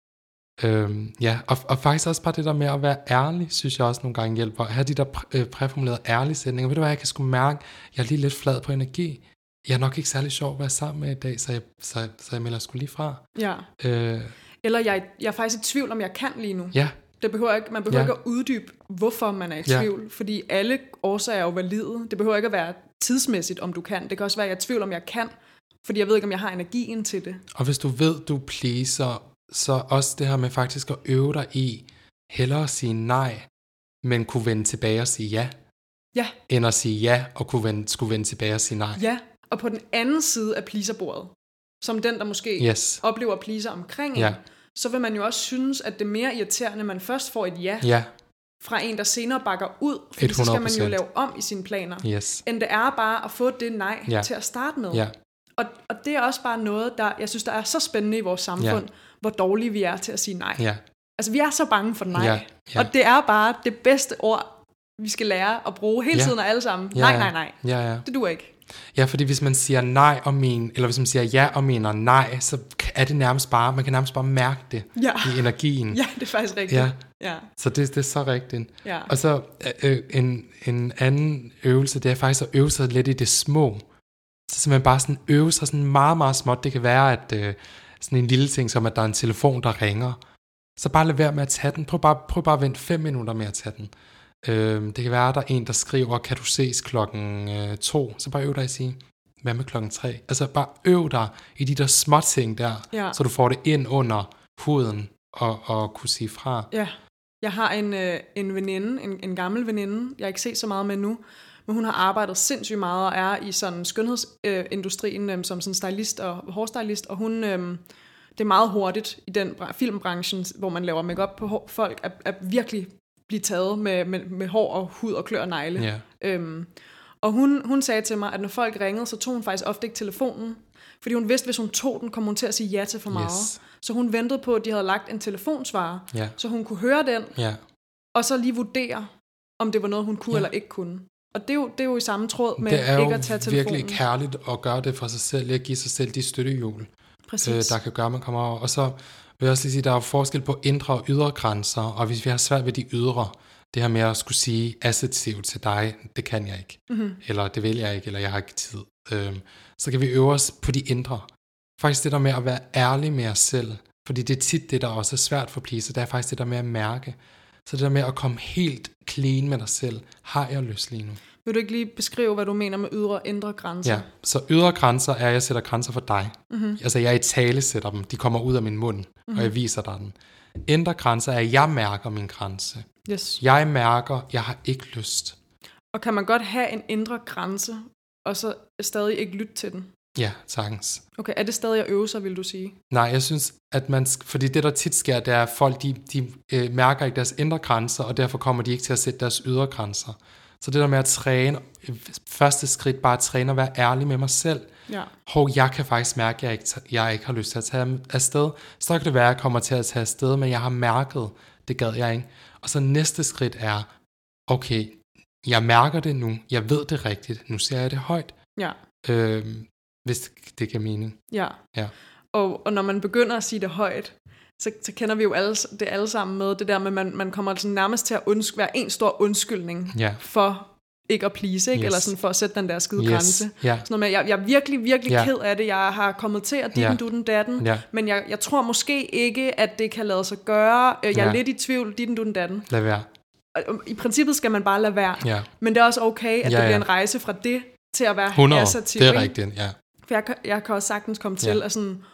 B: Og faktisk også bare det der med at være ærlig, synes jeg også nogle gange hjælper. At have de der præformulerede ærlige sætninger. Ved du hvad, jeg kan sgu mærke, jeg er lige lidt flad på energi. Jeg er nok ikke særlig sjov at være sammen med i dag, så jeg melder sgu lige fra.
A: Ja. Eller jeg er faktisk i tvivl, om jeg kan lige nu.
B: Ja.
A: Man behøver ikke at uddybe, hvorfor man er i tvivl. Fordi alle årsager er jo valide. Det behøver ikke at være tidsmæssigt, om du kan. Det kan også være, at jeg er i tvivl, om jeg kan. Fordi jeg ved ikke, om jeg har energien til det.
B: Og hvis du ved, du pleaser, så også det her med faktisk at øve dig i, hellere at sige nej, men kunne vende tilbage og sige ja.
A: Ja.
B: End at sige ja, og skulle vende tilbage og sige nej.
A: Ja, og på den anden side af pleaserbordet, som den, der måske oplever pleaser omkring en, så vil man jo også synes, at det er mere irriterende, man først får et ja fra en, der senere bakker ud, fordi 100%. Så skal man jo lave om i sine planer, end det er bare at få det nej til at starte med.
B: Ja.
A: Og det er også bare noget, der jeg synes, der er så spændende i vores samfund, hvor dårlige vi er til at sige nej.
B: Ja.
A: Altså, vi er så bange for nej, og det er bare det bedste ord, vi skal lære at bruge hele tiden og alle sammen. Nej.
B: Ja.
A: Det duer ikke.
B: Ja, fordi hvis man siger nej eller hvis man siger ja og mener nej, så er det nærmest bare, man kan nærmest bare mærke det i energien.
A: Ja, det er faktisk rigtigt. Ja.
B: Så det er så rigtigt.
A: Ja.
B: Og så en anden øvelse, det er faktisk at øve sig lidt i det små. Så simpelthen bare sådan øve sig sådan meget, meget småt. Det kan være, at sådan en lille ting, som at der er en telefon, der ringer. Så bare lad være med at tage den. Prøv bare at vente 5 minutter med at tage den. Det kan være, at der er en, der skriver, kan du ses 2:00? Så bare øv dig at sige, hvad med 3:00? Altså bare øv dig i de der små ting der, så du får det ind under huden og kunne sige fra.
A: Ja, jeg har en veninde, en gammel veninde, jeg ikke set så meget med nu, men hun har arbejdet sindssygt meget og er i sådan skønhedsindustrien som sådan stylist og hårstylist, og hun, det er meget hurtigt i den filmbranchen, hvor man laver makeup på folk, at virkelig blive taget med hår og hud og klør og negle.
B: Yeah.
A: Og hun sagde til mig, at når folk ringede, så tog hun faktisk ofte ikke telefonen, fordi hun vidste, hvis hun tog den, kom hun til at sige ja til for meget.
B: Yes.
A: Så hun ventede på, at de havde lagt en telefonsvarer, så hun kunne høre den, og så lige vurdere, om det var noget, hun kunne eller ikke kunne. Og det er jo i samme tråd med ikke at tage telefonen.
B: Det er jo virkelig kærligt at gøre det for sig selv, at give sig selv de støttehjul, der kan gøre, at man kommer over. Og så vil jeg også lige sige, at der er jo forskel på indre og ydre grænser, og hvis vi har svært ved de ydre, det her med at skulle sige assertivt til dig, det kan jeg ikke, eller det vil jeg ikke, eller jeg har ikke tid, så kan vi øve os på de indre. Faktisk det der med at være ærlig med os selv, fordi det er tit det, der også er svært for pleaser, det er faktisk det der med at mærke. Så det der med at komme helt clean med dig selv, har jeg lyst lige nu.
A: Vil du ikke lige beskrive, hvad du mener med ydre og indre grænser?
B: Ja, så ydre grænser er, at jeg sætter grænser for dig. Altså jeg i tale sætter dem, de kommer ud af min mund, og jeg viser dig den. Indre grænser er, at jeg mærker min grænse.
A: Yes.
B: Jeg mærker, jeg har ikke lyst.
A: Og kan man godt have en indre grænse, og så stadig ikke lytte til den?
B: Ja, sagtens.
A: Okay, er det stadig at øve sig, vil du sige?
B: Nej, jeg synes, at fordi det der tit sker, det er, at folk de mærker ikke deres indre grænser, og derfor kommer de ikke til at sætte deres ydre grænser. Så det der med at træne, første skridt bare at træne og være ærlig med mig selv.
A: Ja.
B: Jeg kan faktisk mærke, at jeg ikke har lyst til at tage afsted. Så kan det være, at jeg kommer til at tage afsted, men jeg har mærket, det gad jeg ikke. Og så næste skridt er, okay, jeg mærker det nu, jeg ved det rigtigt, nu ser jeg det højt.
A: Ja.
B: Hvis det giver mening.
A: Ja. Og når man begynder at sige det højt, så kender vi jo alle sammen med det der med, man kommer sådan nærmest til at være en stor undskyldning for ikke at please, ikke? Eller sådan for at sætte den der skide grænse. Sådan noget med, jeg er virkelig, virkelig ked af det, jeg har kommet til at ditten datten, men jeg tror måske ikke, at det kan lade sig gøre, jeg er lidt i tvivl, ditten datten.
B: Lad være.
A: I princippet skal man bare lade være, men det er også okay, at det bliver en rejse fra det til at være
B: 100,
A: assertiv.
B: Det er rigtigt, ja.
A: For jeg kan også sagtens komme til at sådan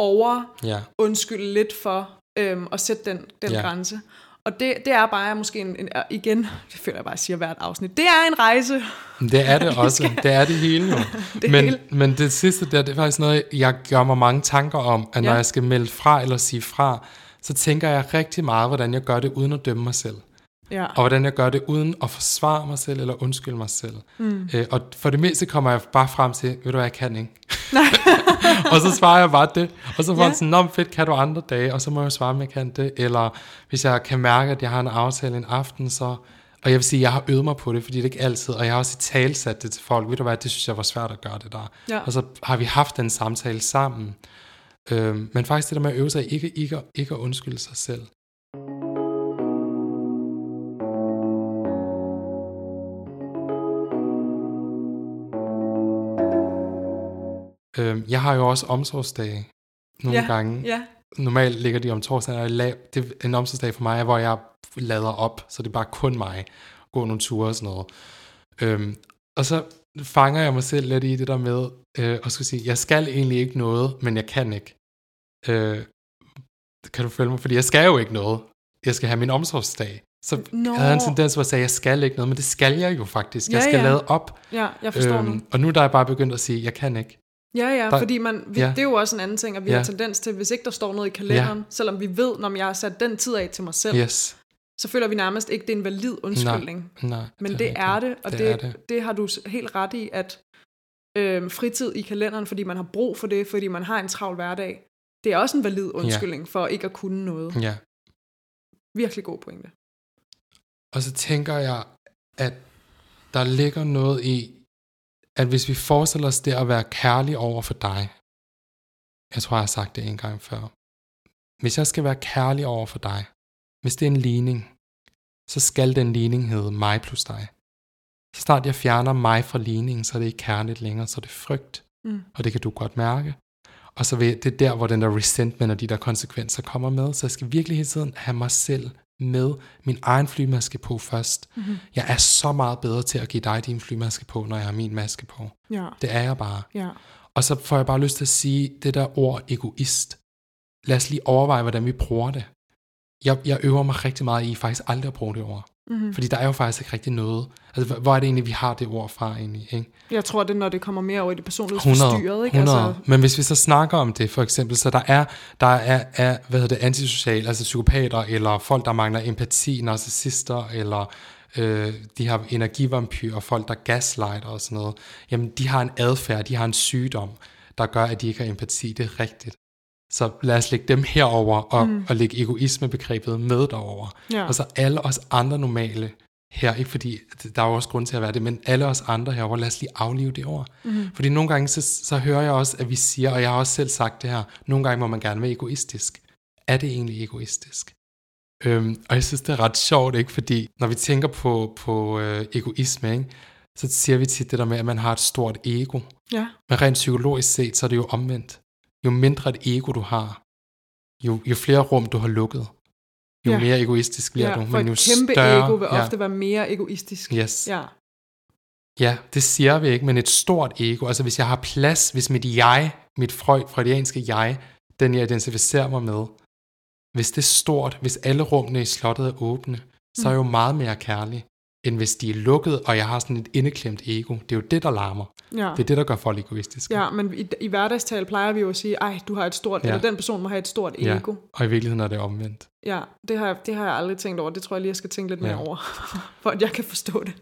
A: undskylde lidt for at sætte den grænse. Og det er bare måske igen, det føler jeg bare, at jeg siger hvert afsnit, det er en rejse.
B: Det er det også, det er det hele jo. Men det sidste der, det er faktisk noget, jeg gør mig mange tanker om, at når jeg skal melde fra eller sige fra, så tænker jeg rigtig meget, hvordan jeg gør det uden at dømme mig selv. Og hvordan jeg gør det uden at forsvare mig selv eller undskylde mig selv. Og for det mindste kommer jeg bare frem til, ved du hvad, jeg kan ikke. Og så svarer jeg bare det. Og så får jeg sådan, nå fedt, kan du andre dage? Og så må jeg svare, om jeg kan det. Eller hvis jeg kan mærke, at jeg har en aftale en aften, så... Og jeg vil sige, at jeg har øvet mig på det, fordi det ikke altid... Og jeg har også talsat det til folk. Ved du hvad, det synes jeg var svært at gøre det der. Ja. Og så har vi haft den samtale sammen. Men faktisk det der med at øve sig ikke at undskylde sig selv. Jeg har jo også omsorgsdage nogle gange. Ja. Normalt ligger de om torsdagen, og en omsorgsdag for mig er, hvor jeg lader op, så det er bare kun mig. Gå nogle ture og sådan noget. Og så fanger jeg mig selv lidt i det der med at skulle sige, jeg skal egentlig ikke noget, men jeg kan ikke. Kan du følge mig? Fordi jeg skal jo ikke noget. Jeg skal have min omsorgsdag. Så jeg havde en tendens, hvor jeg sagde, jeg skal ikke noget, men det skal jeg jo faktisk. Jeg skal lade op.
A: Ja, jeg forstår nu.
B: Og nu der er jeg bare begyndt at sige, jeg kan ikke.
A: Fordi det er jo også en anden ting, at vi har tendens til, hvis ikke der står noget i kalenderen, selvom vi ved, når jeg har sat den tid af til mig selv, så føler vi nærmest ikke, det er en valid undskyldning. Nej, men det er det, og det har du helt ret i, at fritid i kalenderen, fordi man har brug for det, fordi man har en travl hverdag, det er også en valid undskyldning for ikke at kunne noget. Ja. Virkelig god pointe.
B: Og så tænker jeg, at der ligger noget i, at hvis vi forestiller os det at være kærlig over for dig, jeg tror, jeg har sagt det en gang før, hvis jeg skal være kærlig over for dig, hvis det er en ligning, så skal den ligning hedde mig plus dig. Så snart jeg fjerner mig fra ligningen, så er det ikke kærligt længere, så er det frygt, og det kan du godt mærke. Og så det er der, hvor den der resentment og de der konsekvenser kommer med, så jeg skal virkelig hele tiden have mig selv med min egen flymaske på først. Jeg er så meget bedre til at give dig din flymaske på, når jeg har min maske på. Ja. Det er jeg bare. Ja. Og så får jeg bare lyst til at sige det der ord egoist. Lad os lige overveje, hvordan vi bruger det. Jeg øver mig rigtig meget i faktisk aldrig at bruge det ord. Fordi der er jo faktisk ikke rigtig noget. Altså, hvor er det egentlig, vi har det ord fra egentlig? Ikke?
A: Jeg tror, det er, når det kommer mere over i det personlighedsforstyrrede.
B: 100. Altså... Men hvis vi så snakker om det, for eksempel, så der er antisocial, altså psykopater, eller folk, der mangler empati, narcissister, eller de har energivampyrer, folk, der gaslighter og sådan noget. Jamen, de har en adfærd, de har en sygdom, der gør, at de ikke har empati. Det er rigtigt. Så lad os lægge dem herover og lægge egoismebegrebet med derover. Ja. Og så alle os andre normale her, ikke fordi der er jo også grund til at være det, men alle os andre herover, lad os lige aflive det ord. Fordi nogle gange så hører jeg også, at vi siger, og jeg har også selv sagt det her, nogle gange må man gerne være egoistisk. Er det egentlig egoistisk? Og jeg synes, det er ret sjovt, ikke? Fordi når vi tænker på egoisme, ikke? Så siger vi tit det der med, at man har et stort ego. Ja. Men rent psykologisk set, så er det jo omvendt. Jo mindre et ego du har, jo flere rum du har lukket, jo mere egoistisk bliver du.
A: For
B: men jo
A: et kæmpe
B: større,
A: ego vil ofte være mere egoistisk.
B: Yes. Ja, det siger vi ikke, men et stort ego, altså hvis jeg har plads, hvis mit jeg, mit freudianske jeg, den jeg identificerer mig med, hvis det er stort, hvis alle rummene i slottet er åbne, så er jeg jo meget mere kærlig, end hvis de er lukket, og jeg har sådan et indeklemt ego. Det er jo det, der larmer. Ja. Det er det, der gør folk egoistiske.
A: Ja, men i hverdagstal plejer vi jo at sige, ej, du har et stort, eller den person må have et stort ego.
B: Og i virkeligheden er det omvendt.
A: Ja, det har jeg aldrig tænkt over. Det tror jeg lige, jeg skal tænke lidt mere over, for at jeg kan forstå det.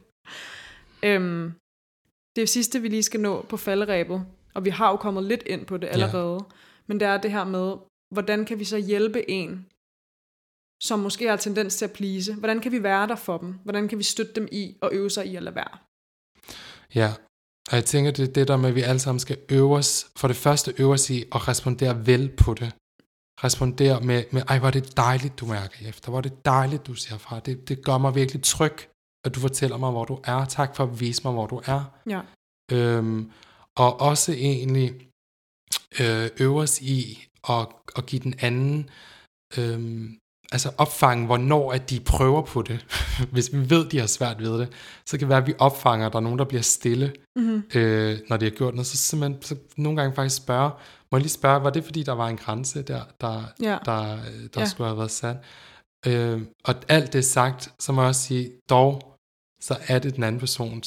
A: Det er sidste, vi lige skal nå på falderebet, og vi har jo kommet lidt ind på det allerede, men det er det her med, hvordan kan vi så hjælpe en, som måske har tendens til at please? Hvordan kan vi være der for dem? Hvordan kan vi støtte dem i og øve sig i at lade være?
B: Ja, og jeg tænker, det er det der med, at vi alle sammen skal øve os. For det første øve os i at respondere vel på det. Respondere med ej, hvor er det dejligt, du mærker efter. Hvor er det dejligt, du siger fra. Det gør mig virkelig tryg, at du fortæller mig, hvor du er. Tak for at vise mig, hvor du er. Ja. Og også egentlig øve os i at give den anden... altså opfange, hvornår at de prøver på det. Hvis vi ved, de har svært ved det, så kan det være, at vi opfanger, at der er nogen, der bliver stille, når de har gjort noget. Så simpelthen så nogle gange faktisk må jeg lige spørge, var det fordi, der var en grænse der skulle have været sat? Og alt det sagt, så må jeg også sige, dog, så er det den anden persons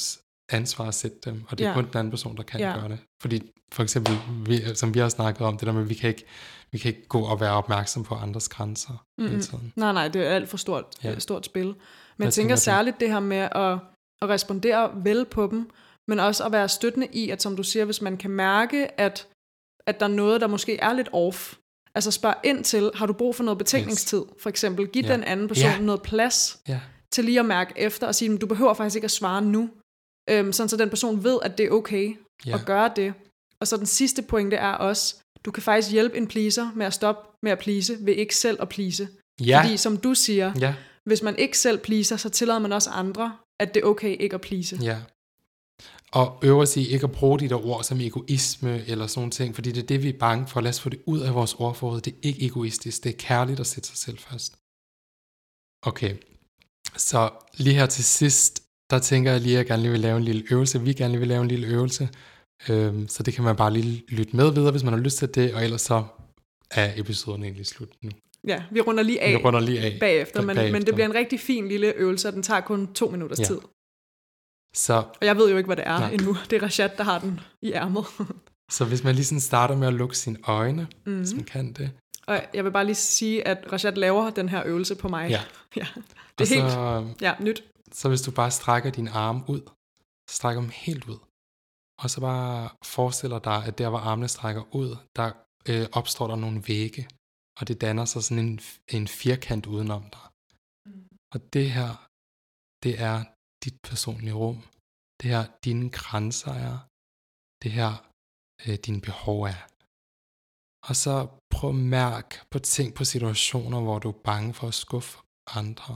B: ansvar at sætte dem, og det er kun den anden person, der kan gøre det. Fordi for eksempel, som vi har snakket om, det der med, at vi kan ikke gå og være opmærksom på andres grænser hele tiden.
A: Nej, det er alt for stort spil. Men jeg tænker særligt det her med at respondere vel på dem, men også at være støttende i, at som du siger, hvis man kan mærke, at der er noget, der måske er lidt off, altså spørg ind til, har du brug for noget betænkningstid? For eksempel, giv den anden person noget plads til lige at mærke efter og sige, du behøver faktisk ikke at svare nu, sådan så den person ved, at det er okay at gøre det. Og så den sidste pointe er også, du kan faktisk hjælpe en pleaser med at stoppe med at please, ved ikke selv at please. Fordi som du siger, hvis man ikke selv pleaser, så tillader man også andre, at det er okay ikke at please.
B: Ja. Og øver sig ikke at bruge de der ord som egoisme eller sådan nogle ting, fordi det er det, vi er bange for. Lad os få det ud af vores ordforråd. Det er ikke egoistisk, det er kærligt at sætte sig selv først. Okay, så lige her til sidst, der tænker jeg lige, at jeg gerne lige vil lave en lille øvelse. Vi gerne lige vil lave en lille øvelse. Så det kan man bare lige lytte med videre, hvis man har lyst til det, og ellers så er episoden egentlig slut nu.
A: Ja, vi runder lige af bagefter, men det bliver en rigtig fin lille øvelse, og den tager kun 2 minutters tid. Så, og jeg ved jo ikke, hvad det er endnu. Det er Rashad, der har den i ærmet.
B: Så hvis man lige sådan starter med at lukke sine øjne, hvis man kan det.
A: Og jeg vil bare lige sige, at Rashad laver den her øvelse på mig.
B: Ja.
A: Det er helt nyt.
B: Så hvis du bare strækker dine arme ud, så strækker dem helt ud. Og så bare forestiller dig, at der hvor armene strækker ud, der opstår der nogle vægge. Og det danner sig sådan en firkant udenom dig. Og det her, det er dit personlige rum. Det her, dine grænser er. Det her, dine behov er. Og så prøv at mærke på ting, på situationer, hvor du er bange for at skuffe andre.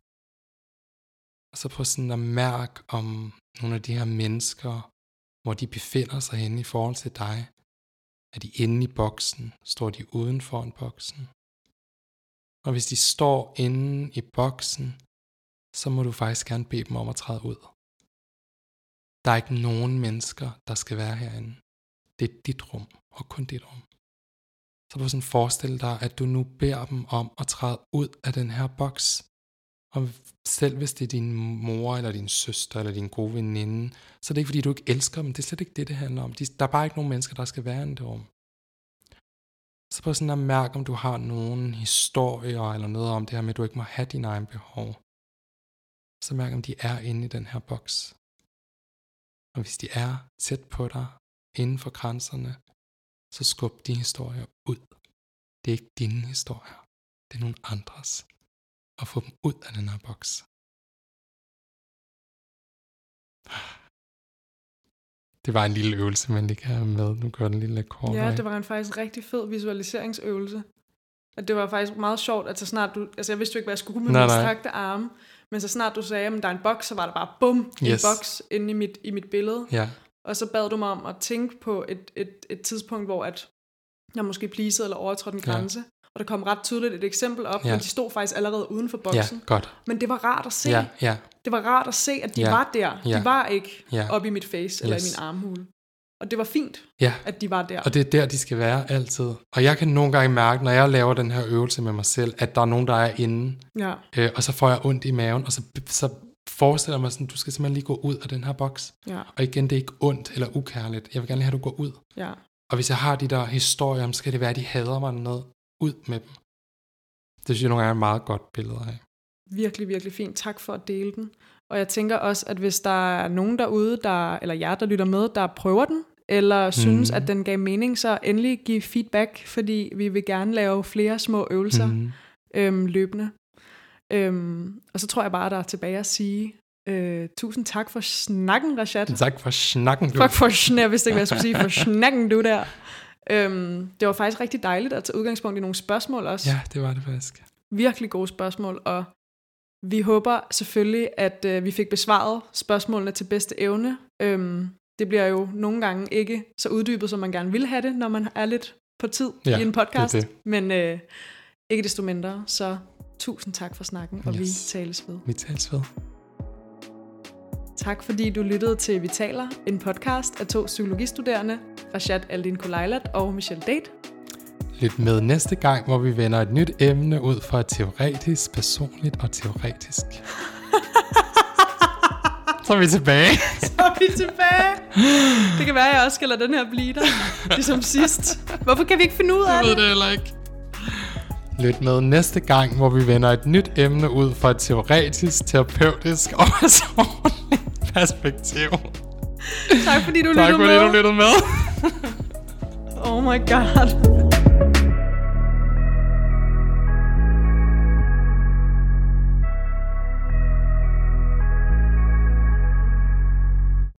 B: Og så prøv sådan at mærke om nogle af de her mennesker, hvor de befinder sig henne i forhold til dig. Er de inde i boksen? Står de uden for en boksen? Og hvis de står inde i boksen, så må du faktisk gerne bede dem om at træde ud. Der er ikke nogen mennesker, der skal være herinde. Det er dit rum, og kun dit rum. Så prøv sådan at forestille dig, at du nu beder dem om at træde ud af den her boks. Og selv hvis det er din mor, eller din søster, eller din gode veninde, så er det ikke fordi, du ikke elsker dem. Det er slet ikke det handler om. Der er bare ikke nogen mennesker, der skal være i det rum. Så prøv sådan at mærke, om du har nogle historier, eller noget om det her med, at du ikke må have dine egne behov. Så mærk, om de er inde i den her boks. Og hvis de er tæt på dig, inden for grænserne, så skub de historier ud. Det er ikke dine historier. Det er nogle andres. Og få dem ud af den her boks. Det var en lille øvelse, men det kan jeg med. Nu gør den lille kort.
A: Ja, det var en faktisk rigtig fed visualiseringsøvelse. Og det var faktisk meget sjovt, at så snart du... Altså jeg vidste jo ikke, hvad jeg skulle med mine strakte arme. Men så snart du sagde, at der er en boks, så var der bare bum, en boks inde i mit billede.
B: Ja.
A: Og så bad du mig om at tænke på et tidspunkt, hvor at jeg måske pleasede eller overtrådte en grænse. Ja. Og der kom ret tydeligt et eksempel op, men de stod faktisk allerede uden for boksen.
B: Ja, godt.
A: Men det var rart at se.
B: Ja.
A: Det var rart at se, at de var der. De var ikke oppe i mit face eller i min armhule. Og det var fint, at de var der.
B: Og det er der, de skal være altid. Og jeg kan nogle gange mærke, når jeg laver den her øvelse med mig selv, at der er nogen, der er inde. Ja. Og så får jeg ondt i maven, og så forestiller mig sådan, du skal simpelthen lige gå ud af den her boks. Ja. Og igen, det er ikke ondt eller ukærligt. Jeg vil gerne have, at du går ud. Ja. Og hvis jeg har de der historier, så skal det være, at de hader mig noget. Ud med dem. Det synes jeg nogle gange er et meget godt billede af.
A: Virkelig, virkelig fint. Tak for at dele den. Og jeg tænker også, at hvis der er nogen derude, eller jer, der lytter med, der prøver den, eller synes, at den gav mening, så endelig give feedback, fordi vi vil gerne lave flere små øvelser løbende. Og så tror jeg bare, der er tilbage at sige, tusind tak for snakken, Rashad.
B: Tak for snakken, du.
A: Tak for snakken, jeg vidste ikke, hvad jeg skulle sige, for snakken, du der. Det var faktisk rigtig dejligt at tage udgangspunkt i nogle spørgsmål også.
B: Ja, det var det faktisk.
A: Virkelig gode spørgsmål, og vi håber selvfølgelig, at vi fik besvaret spørgsmålene til bedste evne. Det bliver jo nogle gange ikke så uddybet, som man gerne vil have det, når man er lidt på tid i en podcast. Det. Men ikke desto mindre, så tusind tak for snakken, og vi tales ved.
B: Vi tales ved.
A: Tak fordi du lyttede til Vi Taler, en podcast af 2 psykologistuderende, Rashad Aldin Kulailat og Michelle Date.
B: Lyt med næste gang, hvor vi vender et nyt emne ud fra teoretisk, personligt og teoretisk. Så er vi tilbage.
A: Det kan være, at jeg også skal lade den her blive der, ligesom sidst. Hvorfor kan vi ikke finde ud af det?
B: Jeg ved det heller ikke. Lyt med næste gang, hvor vi vender et nyt emne ud fra et teoretisk, terapeutisk og personligt perspektiv.
A: Tak fordi du lyttede med.
B: med.
A: Oh my god.